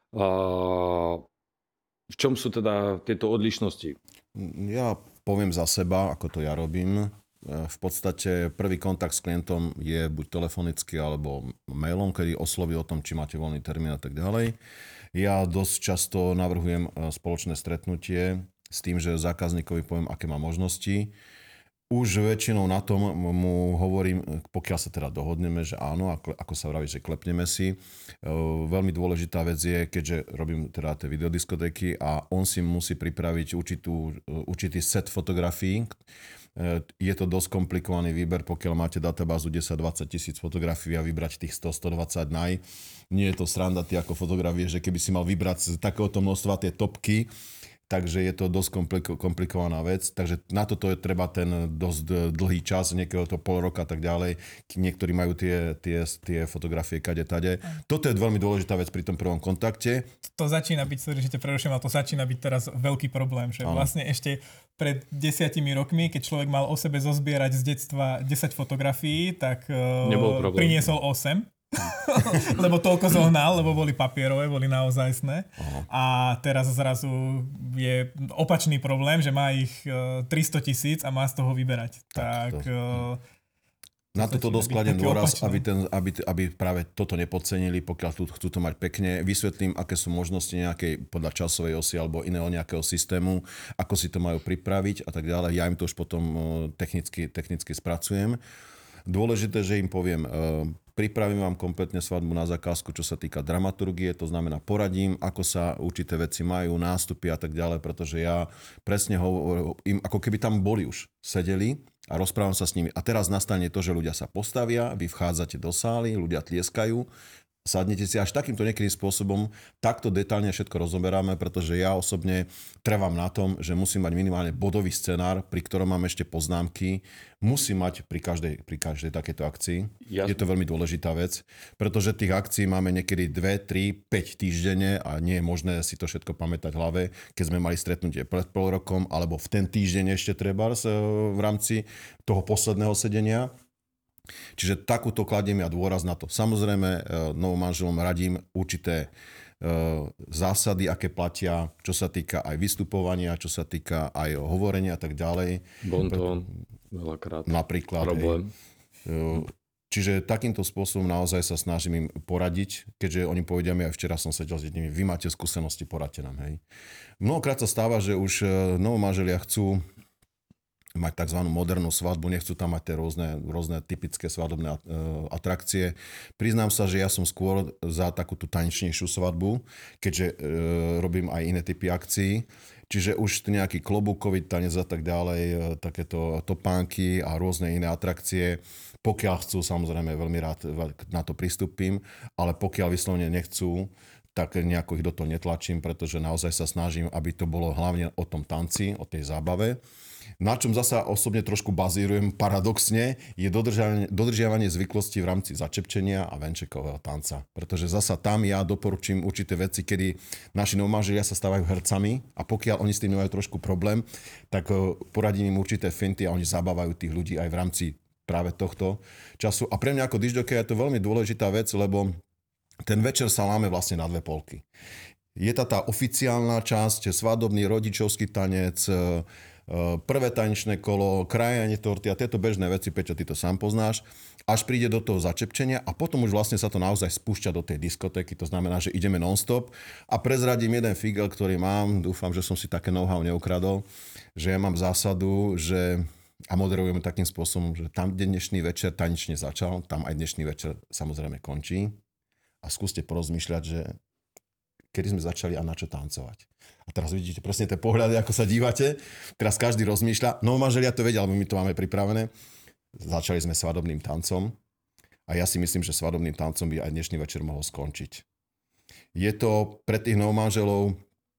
v čom sú teda tieto odlišnosti? Ja poviem za seba, ako to ja robím. V podstate prvý kontakt s klientom je buď telefonicky alebo mailom, kedy osloví o tom, či máte voľný termín a tak ďalej. Ja dosť často navrhujem spoločné stretnutie s tým, že zákazníkovi poviem, aké má možnosti. Už väčšinou na tom mu hovorím, pokiaľ sa teda dohodneme, že áno, ako sa vraví, že klepneme si. Veľmi dôležitá vec je, keďže robím teda tie videodiskotéky a on si musí pripraviť určitú, určitý set fotografií. Je to dosť komplikovaný výber, pokiaľ máte databázu desať dvadsať tisíc fotografií a vybrať tých sto stodvadsať naj. Nie je to sranda, ty ako fotografie, že keby si mal vybrať z takéhoto množstva tie topky, takže je to dosť komplikovaná vec. Takže na toto je treba ten dosť dlhý čas, niekého to pol roka a tak ďalej. Niektorí majú tie, tie, tie fotografie kade tade. Toto je veľmi dôležitá vec pri tom prvom kontakte. To začína byť, sorry, že te prerušujem, ale to začína byť teraz veľký problém. Že vlastne ešte pred desiatimi rokmi, keď človek mal o sebe zozbierať z detstva desať fotografií, tak uh, priniesol osem. Lebo toľko zohnal, lebo boli papierové, boli naozajstné. Aha. A teraz zrazu je opačný problém, že má ich tristo tisíc a má z toho vyberať. Tak, tak to... Na toto dosť kladiem dôraz, aby, ten, aby, aby práve toto nepodcenili, pokiaľ tu chcú to mať pekne. Vysvetlím, aké sú možnosti nejakej podľa časovej osy alebo iného nejakého systému, ako si to majú pripraviť a tak ďalej. Ja im to už potom technicky, technicky spracujem. Dôležité, že im poviem, pripravím vám kompletne svadbu na zakázku, čo sa týka dramaturgie, to znamená poradím, ako sa určité veci majú, nástupy a tak ďalej, pretože ja presne hovorím im, ako keby tam boli už, sedeli a rozprávam sa s nimi. A teraz nastane to, že ľudia sa postavia, vy vchádzate do sály, ľudia tlieskajú, sadnete si až takýmto niekedy spôsobom, takto detailne všetko rozoberáme, pretože ja osobne trvám na tom, že musím mať minimálne bodový scenár, pri ktorom mám ešte poznámky, musím mať pri každej, pri každej takéto akcii. Jasne. Je to veľmi dôležitá vec, pretože tých akcií máme niekedy dva, tri, päť týždenne a nie je možné si to všetko pamätať v hlave, keď sme mali stretnutie pred pol rokom, alebo v ten týždeň ešte trebárs v rámci toho posledného sedenia. Čiže takúto kladiem ja dôraz na to. Samozrejme, novomanželom radím určité zásady, aké platia, čo sa týka aj vystupovania, čo sa týka aj hovorenia a tak ďalej. Bontón, veľakrát. Napríklad. Problém. Hej. Čiže takýmto spôsobom naozaj sa snažím im poradiť, keďže oni povedia mi, aj včera som sedel s jednými, vy máte skúsenosti, poradte nám. Hej. Mnohokrát sa stáva, že už novomanželia chcú mať tzv. Modernú svadbu, nechcú tam mať tie rôzne, rôzne typické svadobné atrakcie. Priznám sa, že ja som skôr za takú tú tanečnejšiu svadbu, keďže e, robím aj iné typy akcií. Čiže už nejaký klobúkový tanec a tak ďalej, takéto topánky a rôzne iné atrakcie. Pokiaľ chcú, samozrejme, veľmi rád na to pristúpim, ale pokiaľ vyslovene nechcú, tak nejako ich do toho netlačím, pretože naozaj sa snažím, aby to bolo hlavne o tom tanci, o tej zábave. Na čom zasa osobne trošku bazírujem paradoxne, je dodržiavanie, dodržiavanie zvyklostí v rámci začepčenia a venčekového tanca. Pretože zasa tam ja doporučím určité veci, kedy naši novomanželia sa stávajú hercami a pokiaľ oni s tým majú trošku problém, tak poradím im určité finty a oni zabávajú tých ľudí aj v rámci práve tohto času. A pre mňa ako discjockey je to veľmi dôležitá vec, lebo ten večer sa láme vlastne na dve polky. Je tá tá oficiálna časť, svadobný rodičovský tanec, prvé tanečné kolo, krajanie torty a tieto bežné veci, Peťo, ty to sám poznáš, až príde do toho začepčenia a potom už vlastne sa to naozaj spúšťa do tej diskotéky, to znamená, že ideme non-stop a prezradím jeden figel, ktorý mám, dúfam, že som si také know-how neukradol, že ja mám zásadu, že a moderujeme takým spôsobom, že tam, kde dnešný večer tanečne začal, tam aj dnešný večer samozrejme končí. A skúste porozmýšľať, že kedy sme začali a na čo tancovať. A teraz vidíte presne tie pohľady, ako sa dívate. Teraz každý rozmýšľa. No manželia to vedia, lebo my to máme pripravené. Začali sme svadobným tancom. A ja si myslím, že svadobným tancom by aj dnešný večer mohol skončiť. Je to pre tých novomanželov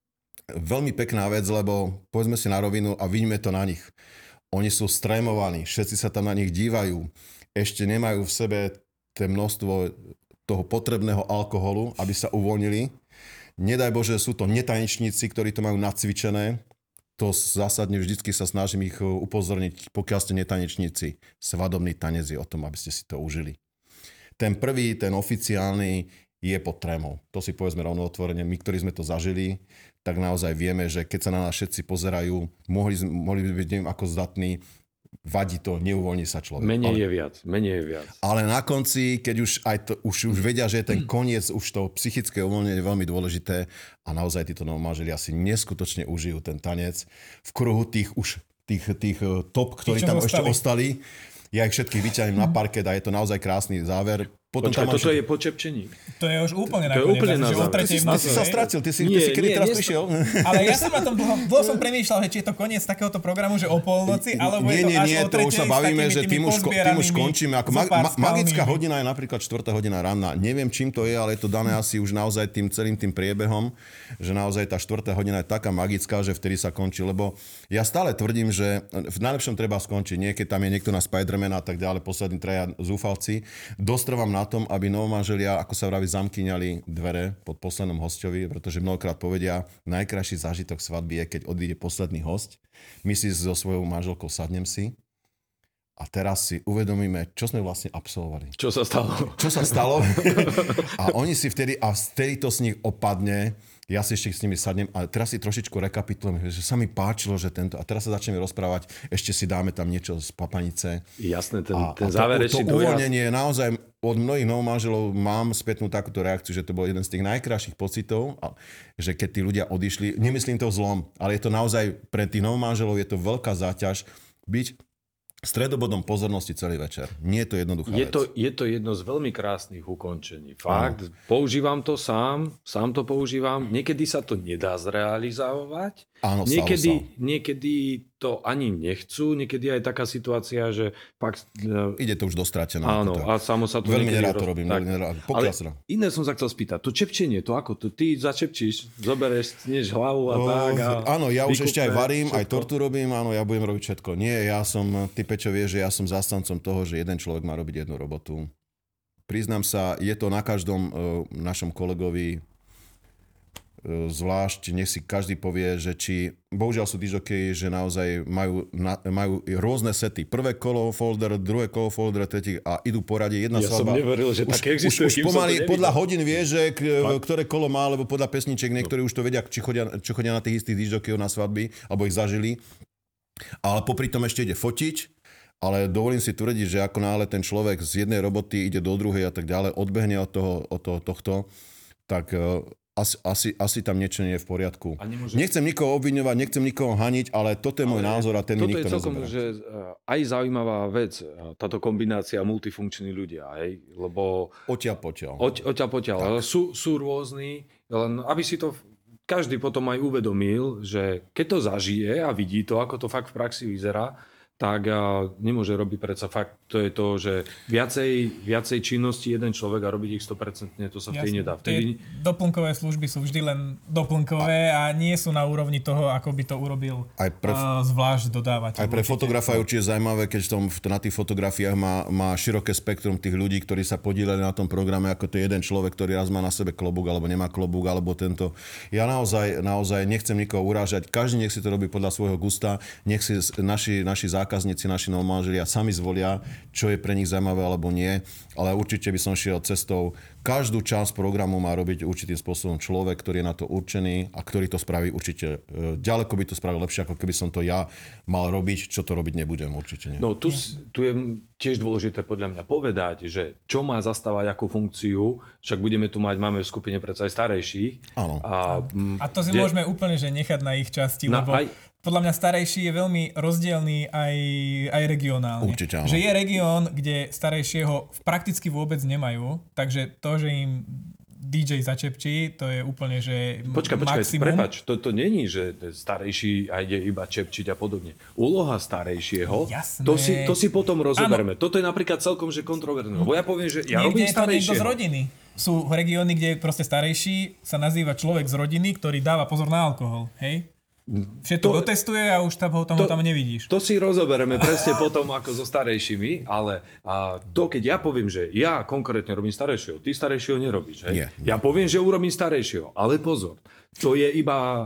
veľmi pekná vec, lebo povedzme si na rovinu a vidíme to na nich. Oni sú strémovaní, všetci sa tam na nich dívajú. Ešte nemajú v sebe to množstvo toho potrebného alkoholu, aby sa uvoľnili. Nedaj Bože, sú to netanečníci, ktorí to majú nacvičené. To zásadne vždycky sa snažím ich upozorniť, pokiaľ ste netanečníci. Svadobný tanec je o tom, aby ste si to užili. Ten prvý, ten oficiálny je pod trémou. To si povedzme rovno otvorene. My, ktorí sme to zažili, tak naozaj vieme, že keď sa na nás všetci pozerajú, mohli, mohli by byť neviem ako zdatní, vadí to, neuvoľní sa človek. Menej ale, je viac, menej je viac. Ale na konci, keď už, aj to, už, už vedia, že ten koniec, už to psychické uvoľnenie je veľmi dôležité a naozaj títo novomanželia si neskutočne užijú ten tanec v kruhu tých už tých, tých top, ktorí tam zostali. ešte ostali. Ja ich všetkých vyťahnem na parket a je to naozaj krásny záver. Potom Počkaj, tam toto máš... je po čepčení. To je už úplne to je úplne na záver. Ty, si, ty si sa stratil, ty si, nie, ty si kedy nie, teraz nie, prišiel. Ale ja som na tom dlho, dlho som premýšľal, že či je to koniec takéhoto programu, že o polnoci, alebo nie, je to nie, až nie, o tretej. Nie, nie, to už sa bavíme, že tým už, tým už končíme. Ako ma, ma, magická hodina je napríklad štvrtá hodina ranná. Neviem, čím to je, ale je to dané asi už naozaj tým celým tým priebehom, že naozaj tá štvrtá hodina je taká magická, že vtedy sa končí. Lebo ja stále tvrdím, že v najlepšom treba skončiť. Niekedy tam je niekto na Spidermana a tak ďalej, poslední traja zúfalci. Dostrvávam na tom, aby novomanželia, ako sa vraví, zamkýňali dvere pod poslednom hostovi, pretože mnohokrát povedia, najkrajší zážitok svadby je, keď odíde posledný host. My si so svojou manželkou sadnem si a teraz si uvedomíme, čo sme vlastne absolvovali. Čo sa stalo? Čo sa stalo? A oni si vtedy, a vtedy to z nich opadne. Ja si ešte s nimi sadnem a teraz si trošičku rekapitulujem, že sa mi páčilo, že tento... A teraz sa začneme rozprávať, ešte si dáme tam niečo z papanice. Jasné, ten, a, ten a záverečný to, to uvoľnenie naozaj od mnohých novomanželov mám spätnú takúto reakciu, že to bol jeden z tých najkrajších pocitov, a, že keď tí ľudia odišli, nemyslím to zlom, ale je to naozaj pre tých novomanželov je to veľká záťaž byť stredobodom pozornosti celý večer. Nie je to jednoduchá je vec. To, je to jedno z veľmi krásnych ukončení. Fakt, mm. používam to sám, sám to používam. Niekedy sa to nedá zrealizovať. Áno, niekedy, stalo sa. niekedy to ani nechcú. Niekedy aj taká situácia, že fakt... Ide to už dostratené. Áno, a samo sa to veľmi niekedy... nerád to robím. Tak, nerád. ale sa. iné som sa chcel spýtať. To čepčenie, to ako? To ty začepčíš, zobereš, stneš hlavu a o, tak. A áno, ja už ešte aj varím, všetko. aj tortu robím. Áno, ja budem robiť všetko. Nie, ja som, ty Pečo vieš, že ja som zastancom toho, že jeden človek má robiť jednu robotu. Priznám sa, je to na každom uh, našom kolegovi zvlášť, nech si každý povie, že či, bohužiaľ sú dižokeji, že naozaj majú, na, majú rôzne sety. Prvé kolo folder, druhé kolo folder, tretí a idú poradie. Jedna ja svadba. som neveril, že už, také existuje. Už, už pomaly podľa hodín vie, že k, ktoré kolo má, alebo podľa pesniček, niektorí už to vedia, či chodia, čo chodia na tých istých dižokejov na svadby, alebo ich zažili. Ale popri tom ešte ide fotiť. Ale dovolím si tvrdiť, že ako náhle ten človek z jednej roboty ide do druhej a tak ďalej, odbehne od toho, od toho tohto, tak Asi, asi, asi tam niečo nie je v poriadku. Nemôže... Nechcem nikoho obviňovať, nechcem nikoho haniť, ale toto je ale môj názor a ten mi nikto nezoberá. Toto je celkom že, aj zaujímavá vec, táto kombinácia multifunkční ľudia, hej? Lebo... Odtiaľ potiaľ. Od, odtiaľ potiaľ. Sú, sú rôzni, len aby si to každý potom aj uvedomil, že keď to zažije a vidí to, ako to fakt v praxi vyzerá, tak nemôže robiť predsa fakt, to je to, že viacej, viacej činnosti jeden človek a robiť ich sto percent, to sa vtedy nedá. Vtedy... Doplnkové služby sú vždy len doplnkové a nie sú na úrovni toho, ako by to urobil aj pre, uh, zvlášť dodávateľ. Aj pre fotografa je určite zaujímavé, keď tom, na tých fotografiách má, má široké spektrum tých ľudí, ktorí sa podieľali na tom programe, ako to je jeden človek, ktorý raz má na sebe klobúk, alebo nemá klobúk, alebo tento. Ja naozaj, naozaj nechcem nikoho urážať, každý nech si to robí podľa svojho gusta, nech si naši, naši zákazníci zákazníci, naši novomanželia sami zvolia, čo je pre nich zaujímavé alebo nie, ale určite by som šiel cestou každú časť programu má robiť určitým spôsobom človek, ktorý je na to určený a ktorý to spraví určite. Ďaleko by to spravil lepšie, ako keby som to ja mal robiť, čo to robiť nebudem, určite nie. No tu, tu je tiež dôležité podľa mňa povedať, že čo má zastávať akú funkciu, však budeme tu mať, máme v skupine predsa aj starejších. Áno. A, a to si kde... môžeme úplne že nechať na ich časti, na, lebo... aj... Podľa mňa starejší je veľmi rozdielný aj, aj regionálne. Určite áno. Že je región, kde starejšieho prakticky vôbec nemajú, takže to, že im dý džej začepčí, to je úplne, že počkaj, počkaj, maximum. prepáč, to, to není, že starejší a ide iba čepčiť a podobne. Úloha starejšieho, to si, to si potom rozobereme. Ano. Toto je napríklad celkom že kontroverzné. Lebo ja poviem, že ja robím starejšieho. Niekde je to niekto z rodiny. Sú regióny, kde proste starejší sa nazýva človek z rodiny, ktorý dáva pozor na alkohol. Hej? Všetko to, dotestuje a už tam ho tam, to, tam nevidíš. To si rozoberieme presne potom ako so starejšími, ale a to keď ja poviem, že ja konkrétne robím starejšieho, ty starejšieho nerobíš. Hej? Yeah. Ja poviem, že urobím starejšieho, ale pozor, to je iba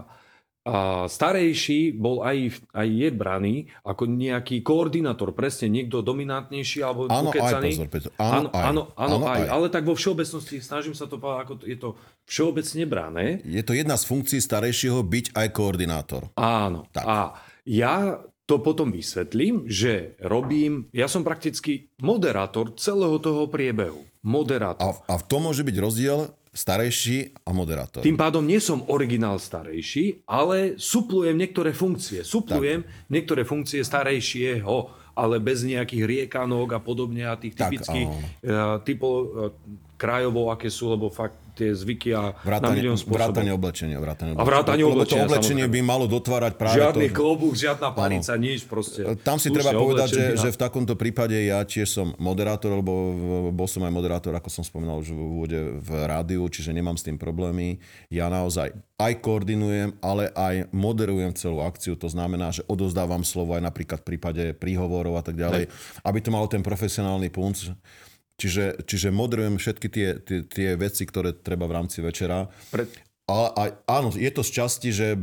a starejší bol aj, aj je braný ako nejaký koordinátor, presne niekto dominantnejší alebo áno, ukecaný. Aj, pozor, Peťo. Áno, áno, aj. áno, áno, áno, aj. aj. Ale tak vo všeobecnosti snažím sa to povedať, ako je to všeobecne brané. Je to jedna z funkcií starejšieho byť aj koordinátor. Áno. Tak. A ja to potom vysvetlím, že robím, ja som prakticky moderátor celého toho priebehu. Moderátor. A, a v tom môže byť rozdiel starejší a moderátor. Tým pádom nie som originál starejší, ale suplujem niektoré funkcie. Suplujem tak. niektoré funkcie starejšieho, ale bez nejakých riekanok a podobne a tých typických uh, typov uh, krajovo, aké sú, lebo fakt tie zvyky a vrátane, na milión spôsobov. Vrátanie oblečenia. Vrátanie oblečenia. A vrátanie oblečenia, to oblečenie by malo dotvárať práve žiadny to... Žiadny klobúk, žiadna panica, nič proste. Tam si treba povedať, že, že v takomto prípade ja tiež som moderátor, lebo bol som aj moderátor, ako som spomínal už v úvode v rádiu, čiže nemám s tým problémy. Ja naozaj aj koordinujem, ale aj moderujem celú akciu. To znamená, že odovzdávam slovo aj napríklad v prípade príhovorov a tak ďalej, aby to malo ten profesionálny punc. Čiže, čiže moderujem všetky tie, tie, tie veci, ktoré treba v rámci večera. Pre... Ale aj, áno, je to z časti, že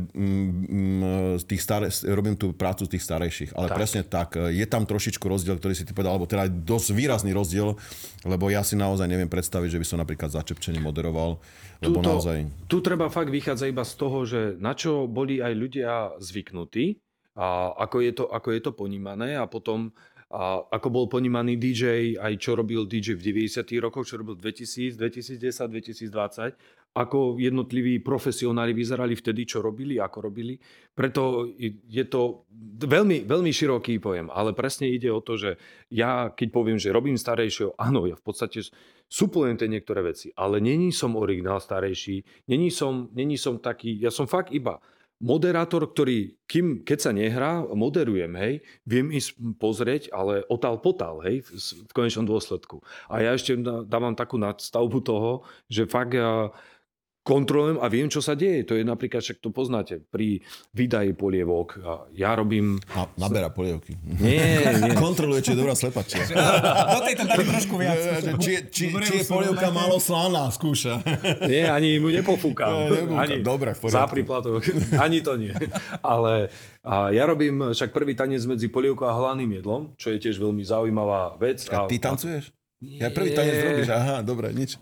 mm, tých staré, robím tú prácu tých starejších. Ale tak. Presne tak. Je tam trošičku rozdiel, ktorý si ty povedal, alebo teda aj dosť výrazný rozdiel, lebo ja si naozaj neviem predstaviť, že by som napríklad začepčenie moderoval. Lebo Tuto, naozaj... Tu treba fakt vychádzať iba z toho, že na čo boli aj ľudia zvyknutí a ako je to, ako je to ponímané a potom a ako bol ponímaný dý džej, aj čo robil dý džej v deväťdesiatych rokoch, čo robil dvetisíc, dvetisícdesať, dvetisícdvadsať, ako jednotliví profesionáli vyzerali vtedy, čo robili, ako robili. Preto je to veľmi, veľmi široký pojem, ale presne ide o to, že ja, keď poviem, že robím starejšieho, áno, ja v podstate suplujem tie niektoré veci, ale není som originál starejší, není som, není som taký, ja som fakt iba moderátor, ktorý, kým, keď sa nehrá, moderujem, hej, viem ísť pozrieť, ale otál potál, hej, v, v konečnom dôsledku. A ja ešte dávam takú nadstavbu toho, že fakt ja kontrolujem a viem, čo sa deje. To je napríklad, však to poznáte, pri výdaji polievok. Ja robím... Na, naberá polievky. Nie, nie. Kontroluje, či je dobrá slepačia. Do tejto dali trošku viac. Či, či, či je polievka málo slaná, skúša. Nie, ani mu nepofúkam. Ani dobre, v poriadku. Za príplatok. Ani to nie. Ale a ja robím však prvý tanec medzi polievkou a hlavným jedlom, čo je tiež veľmi zaujímavá vec. A ty tancuješ? Ja prvý tanec robíš, aha, dobre, nič.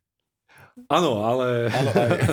Áno, ale, Áno,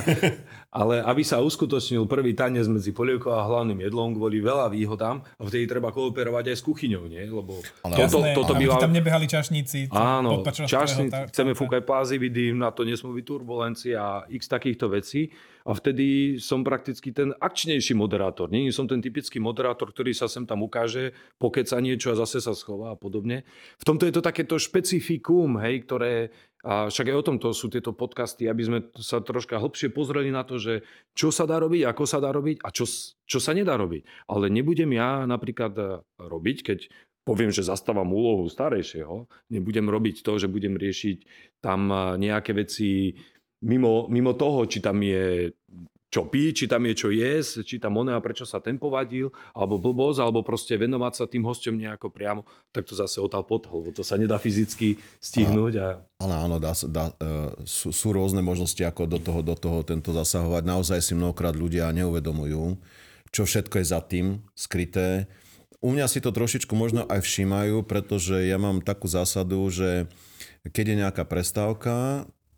ale aby sa uskutočnil prvý tanec medzi polievkou a hlavným jedlom kvôli veľa výhodám, a vtedy treba kooperovať aj s kuchyňou, nie? Lebo ale toto, jasné, toto býva... tam nebehali čašníci. Áno, čašníci, chceme fúkať plázividy, na to nesmú byť turbulencie a x takýchto vecí. A vtedy som prakticky ten akčnejší moderátor. Nie som ten typický moderátor, ktorý sa sem tam ukáže, pokeca niečo a zase sa schová a podobne. V tomto je to takéto špecifikum, hej, ktoré... A však aj o tomto sú tieto podcasty, aby sme sa troška hlbšie pozreli na to, že čo sa dá robiť, ako sa dá robiť a čo, čo sa nedá robiť. Ale nebudem ja napríklad robiť, keď poviem, že zastávam úlohu starejšieho, nebudem robiť to, že budem riešiť tam nejaké veci mimo, mimo toho, či tam je čo piť, či tam je čo jesť, či tam oné a prečo sa ten povadil, alebo blbosť, alebo proste venovať sa tým hosťom nejako priamo, tak to zase otál potál, lebo to sa nedá fyzicky stihnúť. A... Ale áno, dá, dá, sú, sú rôzne možnosti, ako do toho, do toho tento zasahovať. Naozaj si mnohokrát ľudia neuvedomujú, čo všetko je za tým skryté. U mňa si to trošičku možno aj všímajú, pretože ja mám takú zásadu, že keď je nejaká prestávka,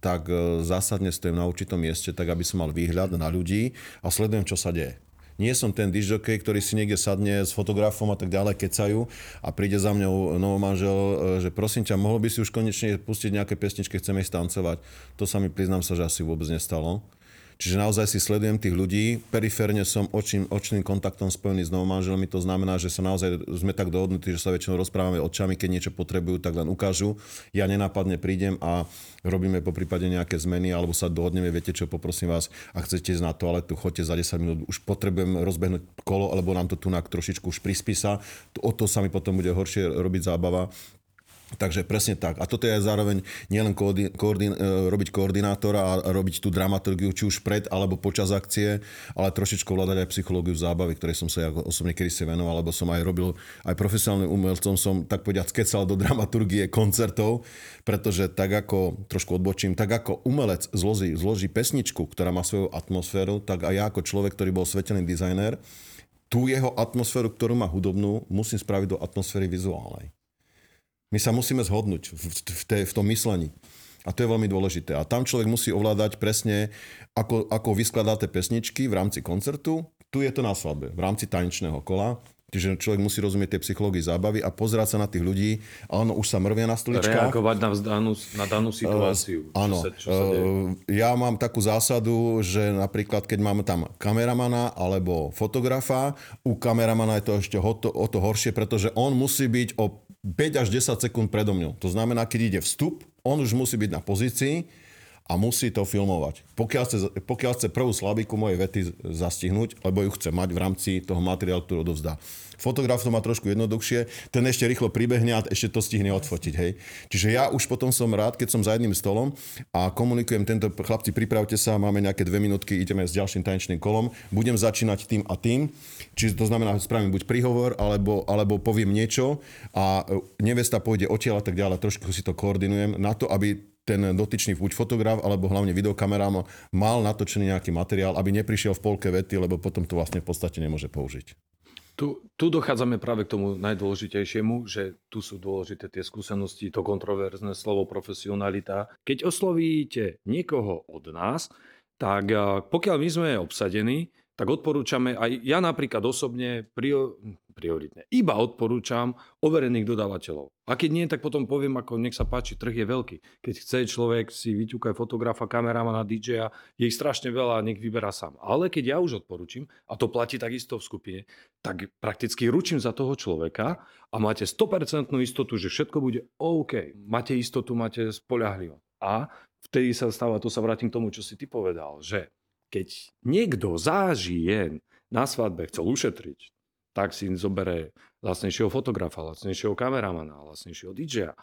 tak zásadne stojím na určitom mieste, tak aby som mal výhľad na ľudí a sledujem, čo sa deje. Nie som ten discjockey, ktorý si niekde sadne s fotografom a tak ďalej, kecajú a príde za mňou novomanžel, že prosím ťa, mohol by si už konečne pustiť nejaké pesničky, chceme ísť tancovať. To sa mi, priznám sa, že asi vôbec nestalo. Čiže naozaj si sledujem tých ľudí, periférne som očným, očným kontaktom spojený s novomanželmi, to znamená, že sa naozaj sme tak dohodnutí, že sa väčšinou rozprávame očami, keď niečo potrebujú, tak len ukážu. Ja nenápadne prídem a robíme po prípade nejaké zmeny, alebo sa dohodneme, viete čo, poprosím vás, ak chcete ísť na toaletu, choďte za desať minút, už potrebujem rozbehnúť kolo, alebo nám to tunak trošičku už prispísa, o to sa mi potom bude horšie robiť zábava. Takže presne tak. A toto je zároveň nielen koordin, koordin, robiť koordinátora a robiť tú dramaturgiu, či už pred alebo počas akcie, ale trošičku vládať aj psychológiu zábavy, ktorej som sa ja osobne kedysi venoval, alebo som aj robil, aj profesionálnym umelcom som tak povedať skecal do dramaturgie koncertov, pretože tak ako, trošku odbočím, tak ako umelec zloží, zloží pesničku, ktorá má svoju atmosféru, tak aj ja ako človek, ktorý bol svetelný dizajner, tú jeho atmosféru, ktorú má hudobnú, musím spraviť do atmosféry vizuálnej. My sa musíme zhodnúť v, v, tej, v tom myslení. A to je veľmi dôležité. A tam človek musí ovládať presne, ako, ako vyskladá tie pesničky v rámci koncertu. Tu je to na svadbe, v rámci tanečného kola. Čiže človek musí rozumieť tie psychológie zábavy a pozerať sa na tých ľudí. A ono už sa mrvia na stoličkách. Reagovať na, danú, na danú situáciu. Uh, áno. Čo sa, čo sa uh, ja mám takú zásadu, že napríklad, keď máme tam kameramana alebo fotografa, u kameramana je to ešte o to, o to horšie, pretože on musí byť o päť až desať sekúnd predo mňou. To znamená, keď ide vstup, on už musí byť na pozícii a musí to filmovať. Pokiaľ chce, pokiaľ chce prvú slabiku mojej vety zastihnúť, lebo ju chce mať v rámci toho materiálu, ktorý odovzdá. Fotograf to má trošku jednoduchšie, ten ešte rýchlo pribehne a ešte to stihne odfotiť. Hej. Čiže ja už potom som rád, keď som za jedným stolom a komunikujem tento, chlapci, pripravte sa, máme nejaké dve minútky, ideme s ďalším tanečným kolom, budem začínať tým a tým. Čiže to znamená, že spravím buď príhovor, alebo, alebo poviem niečo a nevesta pôjde odtiaľ a tak ďalej, trošku si to koordinujem na to, aby ten dotyčný buď fotograf, alebo hlavne videokamerám mal natočený nejaký materiál, aby neprišiel v polke vety, lebo potom to vlastne v podstate nemôže použiť. Tu, tu dochádzame práve k tomu najdôležitejšiemu, že tu sú dôležité tie skúsenosti, to kontroverzné slovo profesionalita. Keď oslovíte niekoho od nás, tak pokiaľ my sme obsadení, tak odporúčame, aj ja napríklad osobne prior, prioritne, iba odporúčam overených dodávateľov. A keď nie, tak potom poviem, ako nech sa páči, trh je veľký. Keď chce človek si vyťukať fotografa, kameramana, dý džeja, je ich strašne veľa a nech vyberá sám. Ale keď ja už odporúčim, a to platí takisto v skupine, tak prakticky ručím za toho človeka a máte sto percent istotu, že všetko bude OK. Máte istotu, máte spoľahlivosť. A vtedy sa stáva, to sa vrátim k tomu, čo si ty povedal, že keď niekto zážije na svadbe chcel ušetriť, tak si zobere lacnejšieho fotografa, lacnejšieho kameramana, lacnejšieho dý džeja.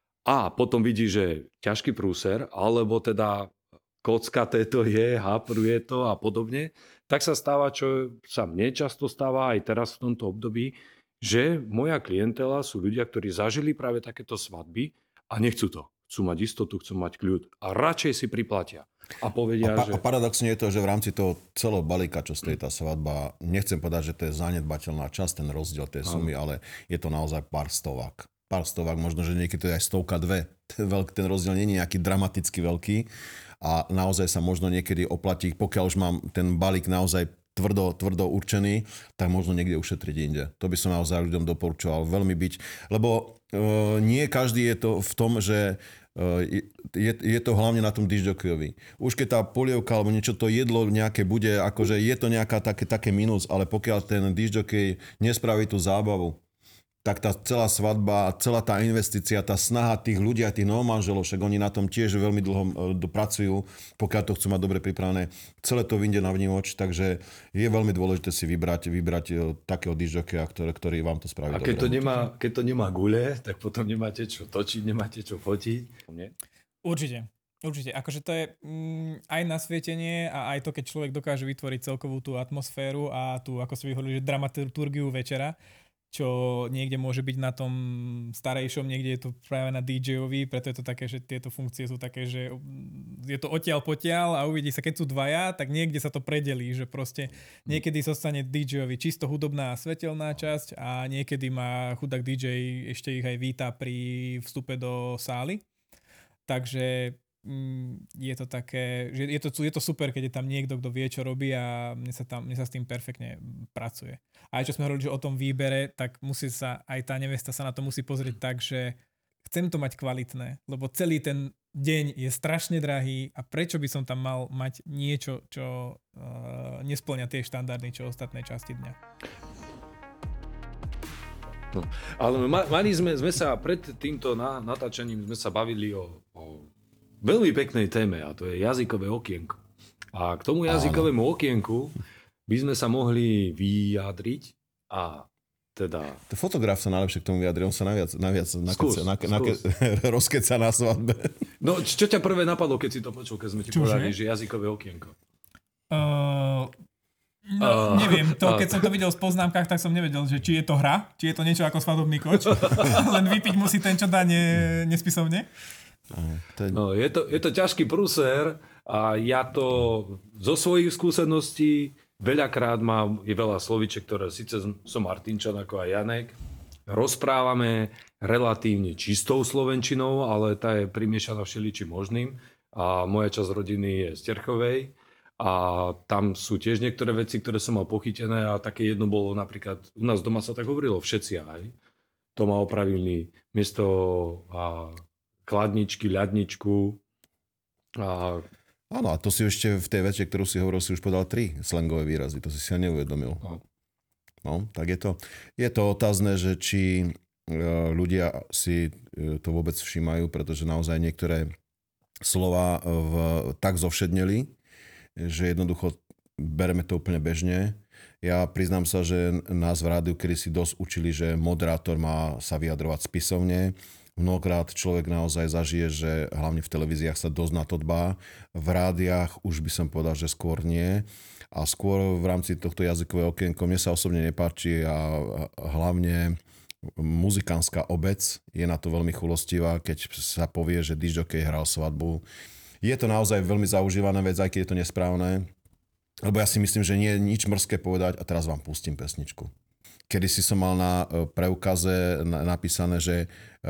A potom vidí, že ťažký prúser, alebo teda kockaté to je, hapruje to a podobne, tak sa stáva, čo sa mne často stáva aj teraz v tomto období, že moja klientela sú ľudia, ktorí zažili práve takéto svadby a nechcú to. Chcú mať istotu, chcú mať kľud a radšej si priplatia. A povedia, a, pa, že... a paradoxne je to, že v rámci toho celého balíka, čo stojí tá svadba, nechcem povedať, že to je zanedbateľná časť, ten rozdiel tej sumy, ale je to naozaj pár stovák. Pár stovák, možno, že niekedy to je aj stovka dve. Ten, veľký, ten rozdiel nie je nejaký dramaticky veľký a naozaj sa možno niekedy oplatí, pokiaľ už mám ten balík naozaj tvrdo, tvrdo určený, tak možno niekde ušetriť inde. To by som naozaj ľuďom doporučoval veľmi byť, lebo e, nie každý je to v tom, že Je, je to hlavne na tom discjockeyovi. Už keď tá polievka alebo niečo to jedlo nejaké bude, akože je to nejaká také, také minus, ale pokiaľ ten discjockey nespraví tú zábavu, tak tá celá svadba, celá tá investícia, tá snaha tých ľudí a tých novomanželov, však oni na tom tiež veľmi dlho pracujú, pokiaľ to chcú mať dobre pripravené, celé to vyjde na vnívoč, takže je veľmi dôležité si vybrať, vybrať takého discjockeya, ktorý, ktorý vám to spraví. A keď to, nemá, keď to nemá gule, tak potom nemáte čo točiť, nemáte čo fotiť. Nie? Určite. Určite, akože to je mm, aj nasvietenie a aj to, keď človek dokáže vytvoriť celkovú tú atmosféru a tú, ako si vyhovorili, že dramaturgiu večera, čo niekde môže byť na tom starejšom, niekde je to práve na dý džejovi, preto je to také, že tieto funkcie sú také, že je to odtiaľ potiaľ a uvidí sa, keď sú dvaja, tak niekde sa to predelí, že proste niekedy zostane dý džejovi čisto hudobná a svetelná časť a niekedy má chudák dý džej ešte ich aj víta pri vstupe do sály. Takže mm, je to také, že je to, je to super, keď je tam niekto, kto vie, čo robí a mne sa, tam, mne sa s tým perfektne pracuje. A aj čo sme hovorili, že o tom výbere, tak musí sa, aj tá nevesta sa na to musí pozrieť tak, že chcem to mať kvalitné, lebo celý ten deň je strašne drahý a prečo by som tam mal mať niečo, čo uh, nespĺňa tie štandardy, čo ostatné časti dňa. No, ale mali sme, sme sa pred týmto natáčaním sme sa bavili o, o veľmi peknej téme a to je jazykové okienko. A k tomu jazykovému okienku by sme sa mohli vyjadriť a teda... Fotograf sa najlepšie k tomu vyjadri, on sa najviac, najviac skús, na, na, na, rozkeca na svadbe. No, čo ťa prvé napadlo, keď si to počul, keď sme ti Čože? povedali, že jazykové okienko? Uh... No, uh, neviem, to, keď som to videl v poznámkach, tak som nevedel, že či je to hra, či je to niečo ako svadobný koč, len vypiť musí ten, čo dá ne, nespisovne. No, je, to, je to ťažký prúser a ja to zo svojich skúseností veľakrát mám, je veľa slovíček, ktoré síce som Martinčan ako aj Janek, rozprávame relatívne čistou slovenčinou, ale tá je primiešaná všeličím možným a moja časť rodiny je z Terchovej. A tam sú tiež niektoré veci, ktoré som mal pochytené a také jedno bolo napríklad, u nás doma sa tak hovorilo všetci aj. To ma opravili miesto a, kladničky, ľadničku. A... Áno, a to si ešte v tej vete, ktorú si hovoril, si už podal tri slangové výrazy, to si si ja neuvedomil. No, no tak je to, je to otázne, že či ľudia si to vôbec všímajú, pretože naozaj niektoré slova v, tak zovšedneli, že jednoducho bereme to úplne bežne. Ja priznám sa, že nás v rádiu kedy si dosť učili, že moderátor má sa vyjadrovať spisovne. Mnohokrát človek naozaj zažije, že hlavne v televíziách sa dosť na to dbá. V rádiách už by som povedal, že skôr nie. A skôr v rámci tohto jazykového okienka mne sa osobne nepáči a hlavne muzikánska obec je na to veľmi chulostivá, keď sa povie, že disc-jockey hral svadbu. Je to naozaj veľmi zaužívaná vec, aj keď je to nesprávne. Lebo ja si myslím, že nie je nič mrzké povedať a teraz vám pustím pesničku. Kedy si som mal na preukaze napísané, že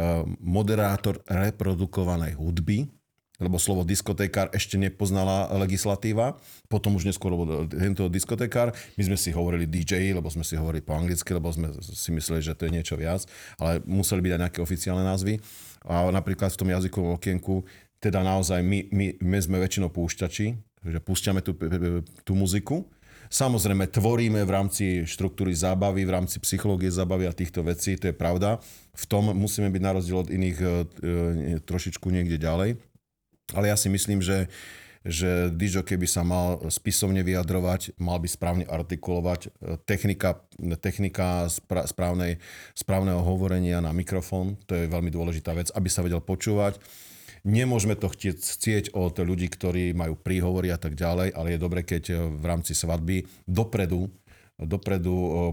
moderátor reprodukovanej hudby, lebo slovo diskotékár ešte nepoznala legislatíva, potom už neskôr tento diskotékár, my sme si hovorili dý džej, lebo sme si hovorili po anglicky, lebo sme si mysleli, že to je niečo viac, ale museli byť aj nejaké oficiálne názvy. A napríklad v tom jazykovom okienku teda naozaj my, my, my sme väčšinou púšťači, že púšťame tú, tú muziku. Samozrejme tvoríme v rámci štruktúry zábavy, v rámci psychológie zábavy a týchto vecí, to je pravda. V tom musíme byť na rozdiel od iných e, trošičku niekde ďalej. Ale ja si myslím, že, že disc-jockey by sa mal spisovne vyjadrovať, mal by správne artikulovať. Technika, technika správnej, správneho hovorenia na mikrofón, to je veľmi dôležitá vec, aby sa vedel počúvať. Nemôžeme to chcieť chcieť od ľudí, ktorí majú príhovory a tak ďalej, ale je dobre, keď v rámci svadby dopredu, dopredu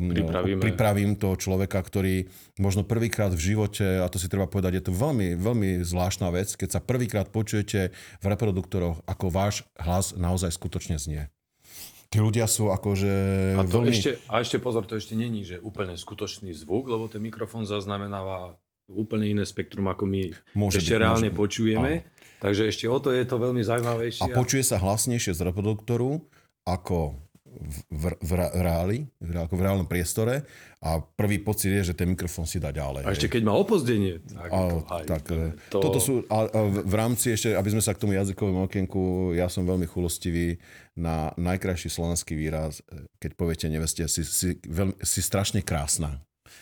pripravím toho človeka, ktorý možno prvýkrát v živote, a to si treba povedať, je to veľmi, veľmi zvláštna vec, keď sa prvýkrát počujete v reproduktoroch, ako váš hlas naozaj skutočne znie. Tí ľudia sú akože... A, to veľmi... ešte, a ešte pozor, to ešte není, že úplne skutočný zvuk, lebo ten mikrofón zaznamenáva úplne iné spektrum, ako my môže ešte byť, reálne môže... počujeme. Áno. Takže ešte o to je to veľmi zaujímavejšie. A počuje sa hlasnejšie z reproduktoru ako v, v, v, reáli, ako v reálnom priestore a prvý pocit je, že ten mikrofón si dá ďalej. A ešte keď má opozdenie. Tak, a, ako, aj, tak to... toto sú, a, a v rámci ešte, aby sme sa k tomu jazykovému okienku, ja som veľmi chulostivý na najkrajší slovenský výraz, keď poviete neveste, si, si, veľmi, si strašne krásna.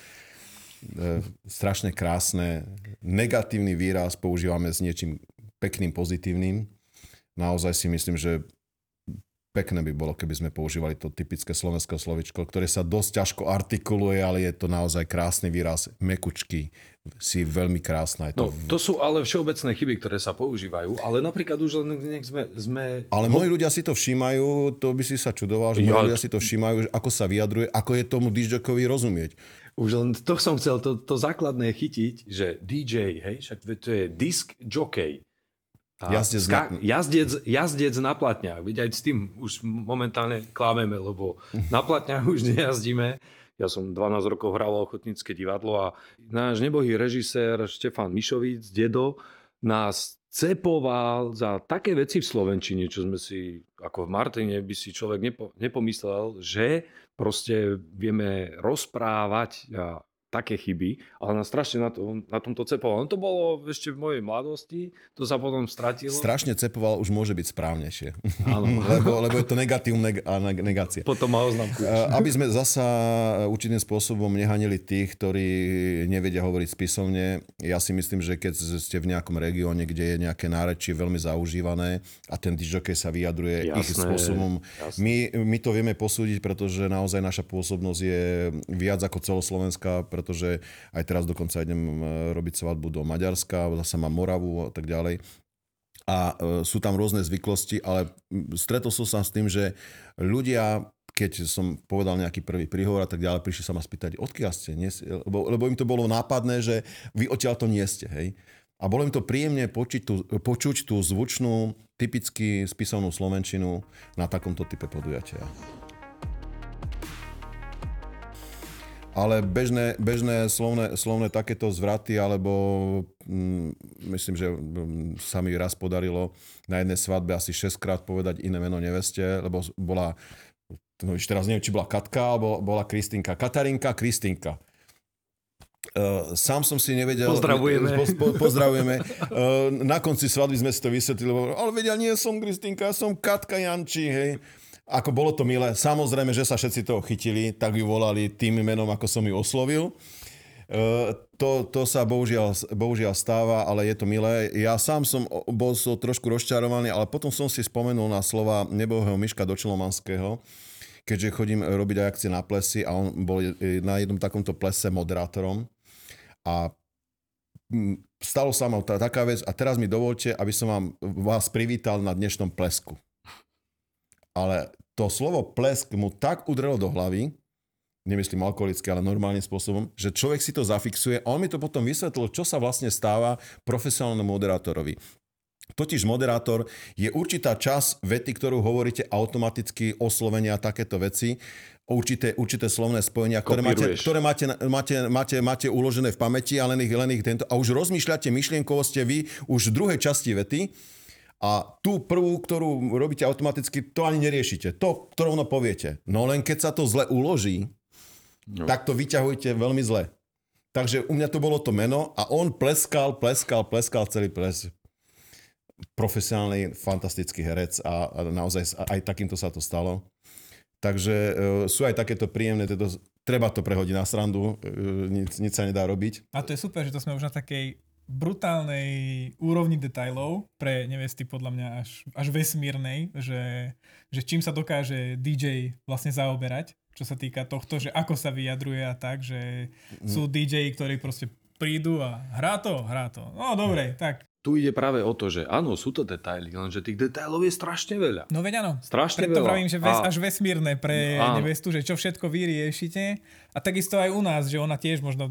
Strašne krásne. Negatívny výraz používame s niečím pekným, pozitívnym. Naozaj si myslím, že pekné by bolo, keby sme používali to typické slovenské slovičko, ktoré sa dosť ťažko artikuluje, ale je to naozaj krásny výraz. Mekučky, si veľmi krásna. Je to... No, to sú ale všeobecné chyby, ktoré sa používajú, ale napríklad už len nech sme... sme... Ale mnohí ľudia si to všímajú, to by si sa čudoval, že mnohí ja... ľudia si to všímajú, ako sa vyjadruje, ako je tomu disc-jockeyovi rozumieť. Už len to som chcel, to, to základné chytiť, že dý džej, hej, však to je disc jockey. Jazdec, ska- na... jazdec, jazdec na platňách. Veď aj s tým už momentálne klameme, lebo na platňách už nejazdíme. Ja som dvanásť rokov hral ochotnícke divadlo a náš nebohý režisér Štefan Mišovic, dedo, nás cepoval za také veci v slovenčine, čo sme si, ako v Martine by si človek nepo, nepomyslel, že proste vieme rozprávať a také chyby, ale nás strašne na, to, na tomto cepoval. No to bolo ešte v mojej mladosti, to sa potom stratilo. Strašne cepoval už môže byť správnejšie. Áno. lebo, lebo je to negatív neg- a negácia. Potom má oznamku. Aby sme zasa určitým spôsobom nehanili tých, ktorí nevedia hovoriť spisovne. Ja si myslím, že keď ste v nejakom regióne, kde je nejaké nárečie veľmi zaužívané a ten disjokej sa vyjadruje Jasné, ich spôsobom, my, my to vieme posúdiť, pretože naozaj naša pôsobnosť je viac ako celoslovenská, pretože aj teraz dokonca idem robiť svadbu do Maďarska, zase mám Moravu a tak ďalej. A sú tam rôzne zvyklosti, ale stretol som sa s tým, že ľudia, keď som povedal nejaký prvý príhovor a tak ďalej, prišli sa ma spýtať, odkiaľ ste? Lebo, lebo im to bolo nápadné, že vy odtiaľ to nie ste, hej. A bolo im to príjemne počuť tú, počuť tú zvučnú, typicky spisovnú slovenčinu na takomto type podujatia. Ale bežné, bežné slovné, slovné takéto zvraty, alebo mm, myslím, že sa mi raz podarilo na jednej svadbe asi šesťkrát povedať iné meno neveste, lebo bola, no už teraz neviem, či bola Katka, alebo bola Kristinka. Katarinka, Kristinka. Uh, sám som si nevedel... Pozdravujeme. Po, po, pozdravujeme. Uh, na konci svadby sme si to vysvetlili, ale vedia, nie som Kristinka, ja som Katka Janči, hej. Ako bolo to milé. Samozrejme, že sa všetci toho chytili, tak ju volali tým menom, ako som ju oslovil. Uh, to, to sa bohužiaľ, bohužiaľ stáva, ale je to milé. Ja sám som bol so trošku rozčarovaný, ale potom som si spomenul na slova nebohého Miška Dočelomanského, keďže chodím robiť aj akcie na plesy a on bol na jednom takomto plese moderátorom. A stalo sa ma taká vec a teraz mi dovolte, aby som vám, vás privítal na dnešnom plesku. Ale to slovo plesk mu tak udrelo do hlavy, nemyslím alkoholicky, ale normálnym spôsobom, že človek si to zafixuje a on mi to potom vysvetlil, čo sa vlastne stáva profesionálnemu moderátorovi. Totiž moderátor je určitá časť vety, ktorú hovoríte automaticky, oslovenia a takéto veci, určité, určité slovné spojenia, ktoré, máte, ktoré máte, máte, máte, máte uložené v pamäti a len ich, len ich tento, a už rozmýšľate myšlienkovo ste vy už v druhej časti vety. A tú prvú, ktorú robíte automaticky, to ani neriešite. To, to rovno poviete. No len keď sa to zle uloží, no. tak to vyťahujete veľmi zle. Takže u mňa to bolo to meno a on pleskal, pleskal, pleskal celý ples. Profesionálny, fantastický herec a, a naozaj aj takýmto sa to stalo. Takže e, sú aj takéto príjemné, teda, treba to prehodiť na srandu, e, nic, nic sa nedá robiť. A to je super, že to sme už na takej brutálnej úrovni detailov pre nevesty podľa mňa až, až vesmírnej, že, že čím sa dokáže dý džej vlastne zaoberať, čo sa týka tohto, že ako sa vyjadruje a tak, že mm. sú dý džeji, ktorí proste prídu a hrá to, hrá to. No dobre, tak. Tu ide práve o to, že áno, sú to detaily, lenže tých detailov je strašne veľa. No veď áno. Strašne Preto veľa. pravím, že ves, a... až vesmírne pre áno. nevestu, že čo všetko vy riešite. A takisto aj u nás, že ona tiež možno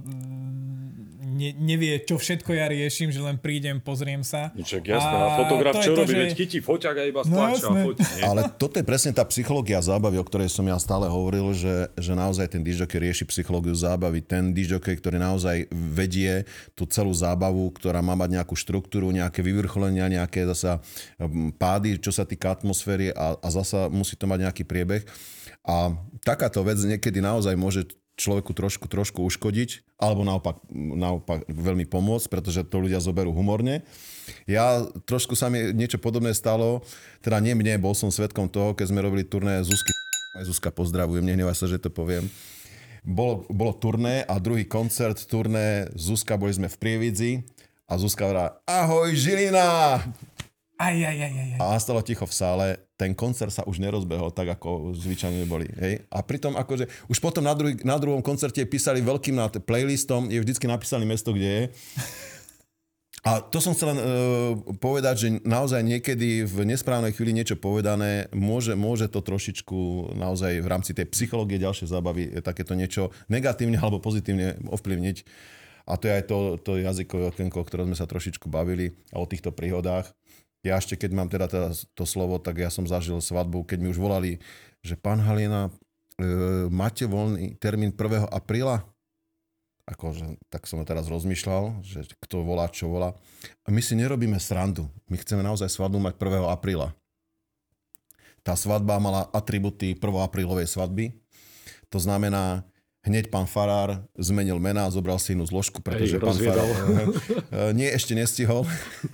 ne, nevie, čo všetko ja riešim, že len prídem, pozriem sa. Čak jasné, a, a fotograf čo robí? Veď že... chytí foťák a iba stlača. No, ale toto je presne tá psychológia zábavy, o ktorej som ja stále hovoril, že, že naozaj ten disjokej rieši psychológiu zábavy. Ten disjokej, ktorý naozaj vedie tú celú zábavu, ktorá má mať nejakú štruktúru, nejaké vyvrcholenia, nejaké zasa pády, čo sa týka atmosféry a, a zasa musí to mať nejaký priebeh. A takáto vec niekedy naozaj môže človeku trošku, trošku uškodiť, alebo naopak, naopak veľmi pomôcť, pretože to ľudia zoberú humorne. Ja trošku sa mi niečo podobné stalo, teda nie mne, bol som svedkom toho, keď sme robili turné Zuzky. Zuzka, pozdravujem, nehnevaj sa, že to poviem. Bolo, bolo turné a druhý koncert turné Zuzka, boli sme v Prievidzi a Zuzka vrá, ahoj Žilina! Aj, aj, aj, aj. A nastalo ticho v sále. Ten koncert sa už nerozbehol tak, ako zvyčajne boli. Hej? A pritom akože už potom na, druhý, na druhom koncerte písali veľkým nad playlistom, je vždycky napísané mesto, kde je. A to som chcel len uh, povedať, že naozaj niekedy v nesprávnej chvíli niečo povedané, môže, môže to trošičku naozaj v rámci tej psychológie ďalšej zábavy takéto niečo negatívne alebo pozitívne ovplyvniť. A to je aj to, to jazykové okienko, o ktorom sme sa trošičku bavili a o týchto príhodách. Ja ešte, keď mám teda, teda to slovo, tak ja som zažil svadbu, keď mi už volali, že pán Halina, e, máte voľný termín prvého apríla? akože, tak som teraz rozmýšľal, že kto volá, čo volá. A my si nerobíme srandu. My chceme naozaj svadbu mať prvého apríla. Tá svadba mala atributy prvoaprílovej svadby. To znamená, hneď pán farár zmenil mená, zobral si inú zložku, pretože Ej, pán farár nie, ešte nestihol.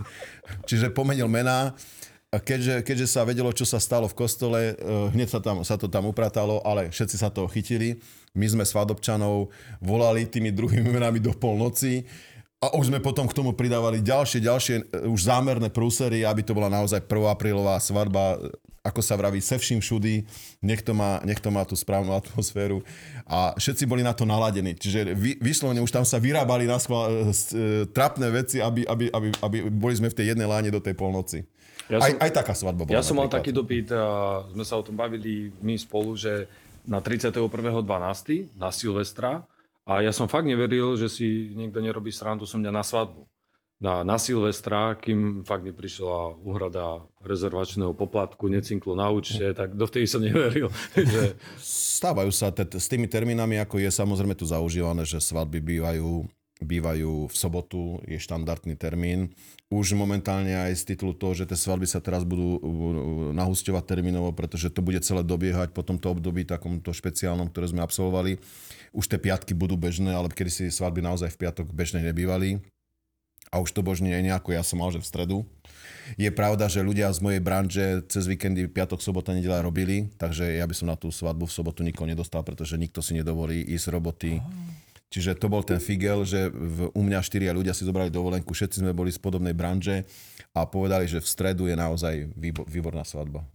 Čiže pomenil mená. A keďže, keďže sa vedelo, čo sa stalo v kostole, hneď sa, tam, sa to tam upratalo, ale všetci sa toho chytili. My sme svadobčanov volali tými druhými menami do polnoci a už sme potom k tomu pridávali ďalšie, ďalšie už zámerné prúsery, aby to bola naozaj prvoaprílová svadba, ako sa vraví, se vším všudy, nech to má, nech to má tú správnu atmosféru a všetci boli na to naladení. Čiže vy, vyslovene už tam sa vyrábali na schvál, trapné veci, aby, aby, aby, aby boli sme v tej jednej láne do tej polnoci. Ja aj, som, aj taká svadba bola. Ja som mal napríklad. taký dopyt a sme sa o tom bavili my spolu, že na tridsiateho prvého decembra na Silvestra a ja som fakt neveril, že si niekto nerobí srandu so mňa na svadbu. Na, na Silvestra, kým fakt neprišla úhrada rezervačného poplatku, necinklo na účte, tak dovtedy som neveril. Že... Stávajú sa t- s tými termínami, ako je samozrejme tu zaužívané, že svadby bývajú bývajú v sobotu, je štandardný termín. Už momentálne aj z titulu toho, že tie svadby sa teraz budú nahusťovať termínovo, pretože to bude celé dobiehať po tomto období takomto špeciálnom, ktoré sme absolvovali. Už tie piatky budú bežné, ale kedysi svadby naozaj v piatok bežne nebývali. A už to božne je nejako, ja som mal, že v stredu. Je pravda, že ľudia z mojej branže cez víkendy piatok, sobota, nedeľa robili, takže ja by som na tú svadbu v sobotu nikoho nedostal, pretože nikto si nedovolí ísť z roboty. Čiže to bol ten figel, že v, u mňa štyria ľudia si zobrali dovolenku, všetci sme boli z podobnej branže a povedali, že v stredu je naozaj výbor, výborná svadba.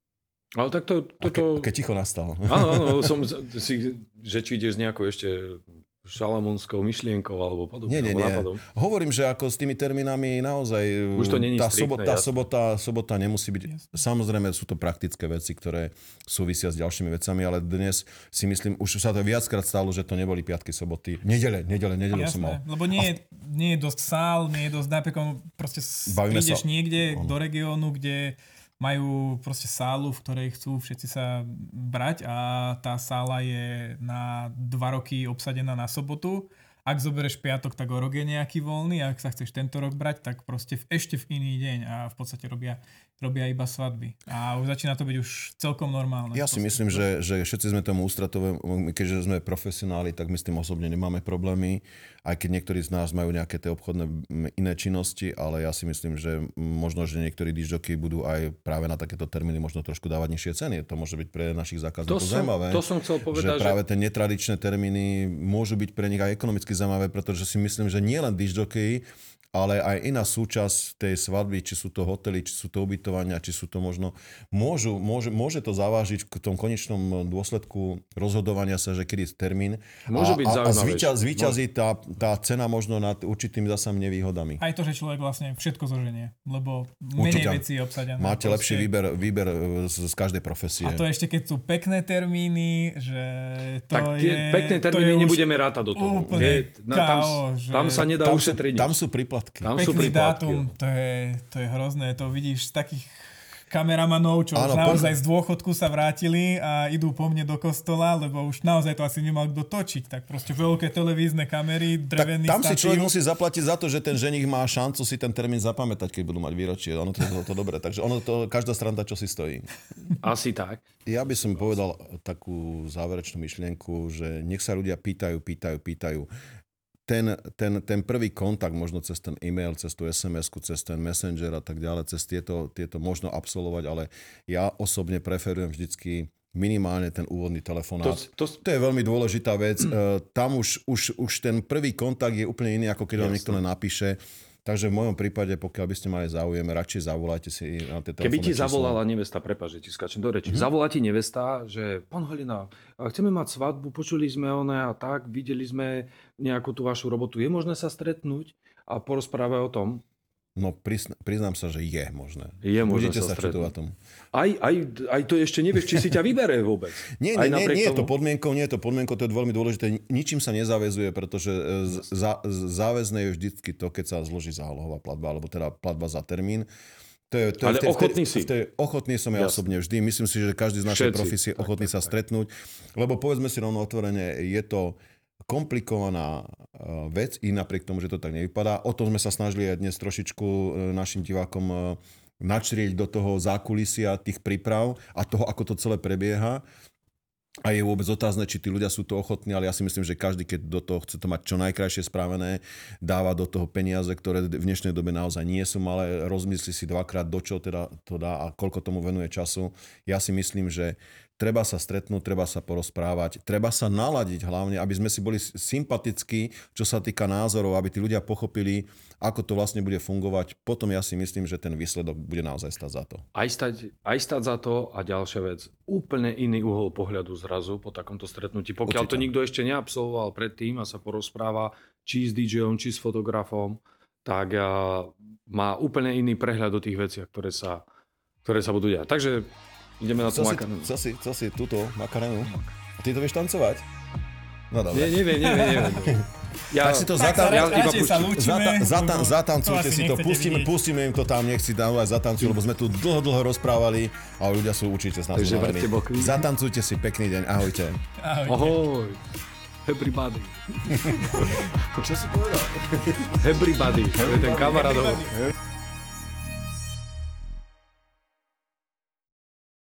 Ale tak to... to, to... Ke, keď ticho nastalo. Áno, áno, som si, že či ideš nejakou ešte šalamúnskou myšlienkou alebo podobne. Nie, nie, nie. Hovorím, že ako s tými termínami naozaj už to není tá, striktné, sobota, sobota, sobota nemusí byť... Jasne. Samozrejme sú to praktické veci, ktoré súvisia s ďalšími vecami, ale dnes si myslím, už sa to viackrát stalo, že to neboli piatky, soboty. Nedele, nedele, nedele som mal. Lebo nie je, nie je dosť sál, nie je dosť, napríklad proste prídeš sa... niekde on. do regiónu, kde majú proste sálu, v ktorej chcú všetci sa brať a tá sála je na dva roky obsadená na sobotu. Ak zoberieš piatok, tak o rok je nejaký voľný a ak sa chceš tento rok brať, tak proste v, ešte v iný deň a v podstate robia, robia iba svadby. A už začína to byť už celkom normálne. Ja si myslím, že, že všetci sme tomu ústratové, keďže sme profesionáli, tak my s tým osobne nemáme problémy, aj keď niektorí z nás majú nejaké tie obchodné iné činnosti, ale ja si myslím, že možno, že niektorí disjockey budú aj práve na takéto termíny možno trošku dávať nižšie ceny. To môže byť pre našich zákazníkov zaujímavé. To som chcel povedať, že práve tie netradičné termíny môžu byť pre nich aj ekonomicky zaujímavé, pretože si myslím, že nie len disjockey, ale aj iná súčasť tej svadby, či sú to hotely, či sú to ubytovania, či sú to možno... Môžu, môže, môže to zavážiť v tom konečnom dôsledku rozhodovania sa, že kedy je termín. Môže a, byť a, a zaujímavé. zvíťazí tá, tá cena možno nad určitým zasa nevýhodami. Aj to, že človek vlastne všetko zoženie, lebo menej Určite. vecí je obsadené. Máte proste lepší výber, výber z, z každej profesie. A to ešte keď sú pekné termíny, že to tak je... tie pekné termíny nebudeme rátať do toho. Je, na, tam, že... tam sa nedá tam ušetriť. Tam sú príplatky. Tam Pekný sú príplatky. dátum, to je, to je hrozné. To vidíš z takých kameramanov, čo áno, už naozaj po... z dôchodku sa vrátili a idú po mne do kostola, lebo už naozaj to asi nemal kto točiť. Tak proste veľké televízne kamery, drevený tak tam statív. si človek musí zaplatiť za to, že ten ženich má šancu si ten termín zapamätať, keď budú mať výročie. Ono to je to, to dobré. Takže ono to, každá strana čo si stojí. Asi tak. Ja by som povedal takú záverečnú myšlienku, že nech sa ľudia pýtajú, pýtajú, pýtajú. Ten, ten, ten prvý kontakt možno cez ten e-mail, cez tú es em esku, cez ten messenger a tak ďalej, cez tieto, tieto možno absolvovať, ale ja osobne preferujem vždycky minimálne ten úvodný telefonát. To, to... to je veľmi dôležitá vec. Mm. Tam už, už, už ten prvý kontakt je úplne iný, ako keď vám niekto len napíše. Takže v mojom prípade, pokiaľ by ste mali záujem, radšej zavolajte si na tie telefónne Keby ti čísla. zavolala nevesta, prepáč, že ti skáčem do reči. Mm-hmm. Zavolá ti nevesta, že pán Halina, chceme mať svadbu, počuli sme one a tak, videli sme nejakú tú vašu robotu. Je možné sa stretnúť a porozprávať o tom? No prizn- priznám sa, že je možné. Je možné Budete sa sa čutovať tomu. Aj, aj, aj to ešte nevieš, či si ťa vybere vôbec. Nie, nie, nie, nie je to podmienkou, nie je to podmienkou, to je veľmi dôležité. Ničím sa nezaväzuje, pretože za, záväzné je vždycky to, keď sa zloží zálohová platba, alebo teda platba za termín. To je, to Ale je, ochotný v tej, si. V tej, ochotný som ja osobne vždy. Myslím si, že každý z našej Všetci. profesie je ochotný sa stretnúť. Lebo povedzme si rovno otvorene, je to komplikovaná vec, i napriek tomu, že to tak nevypadá. O tom sme sa snažili aj dnes trošičku našim divákom načrieť do toho zákulisia tých príprav a toho, ako to celé prebieha. A je vôbec otázne, či tí ľudia sú to ochotní, ale ja si myslím, že každý, keď do toho chce to mať čo najkrajšie spravené, dáva do toho peniaze, ktoré v dnešnej dobe naozaj nie sú malé, rozmyslí si dvakrát, do čo teda to dá a koľko tomu venuje času. Ja si myslím, že treba sa stretnúť, treba sa porozprávať, treba sa naladiť hlavne, aby sme si boli sympatickí, čo sa týka názorov, aby tí ľudia pochopili, ako to vlastne bude fungovať. Potom ja si myslím, že ten výsledok bude naozaj stať za to. Aj stať, aj stať za to a ďalšia vec, úplne iný uhol pohľadu zrazu po takomto stretnutí. Pokiaľ Určite. to nikto ešte neabsolvoval predtým a sa porozpráva či s DJom, či s fotografom, tak má úplne iný prehľad o tých veciach, ktoré sa, ktoré sa budú diať. Takže ideme na tú makarénu. Co si, co si túto makarénu? A ty to vieš tancovať? No dobre. Nie, neviem, neviem, neviem. Ja, tak si to zatan- ja sa lúčime, zata- zata- zatancujte to si to, pustíme, pustíme im to tam, nech si tam aj zatancujú, lebo sme tu dlho, dlho rozprávali a ľudia sú určite s nás unavení. Zatancujte si, pekný deň, ahojte. Ahojte. Ahoj. Everybody. Čo si povedal? Everybody, to je ten kamarádov.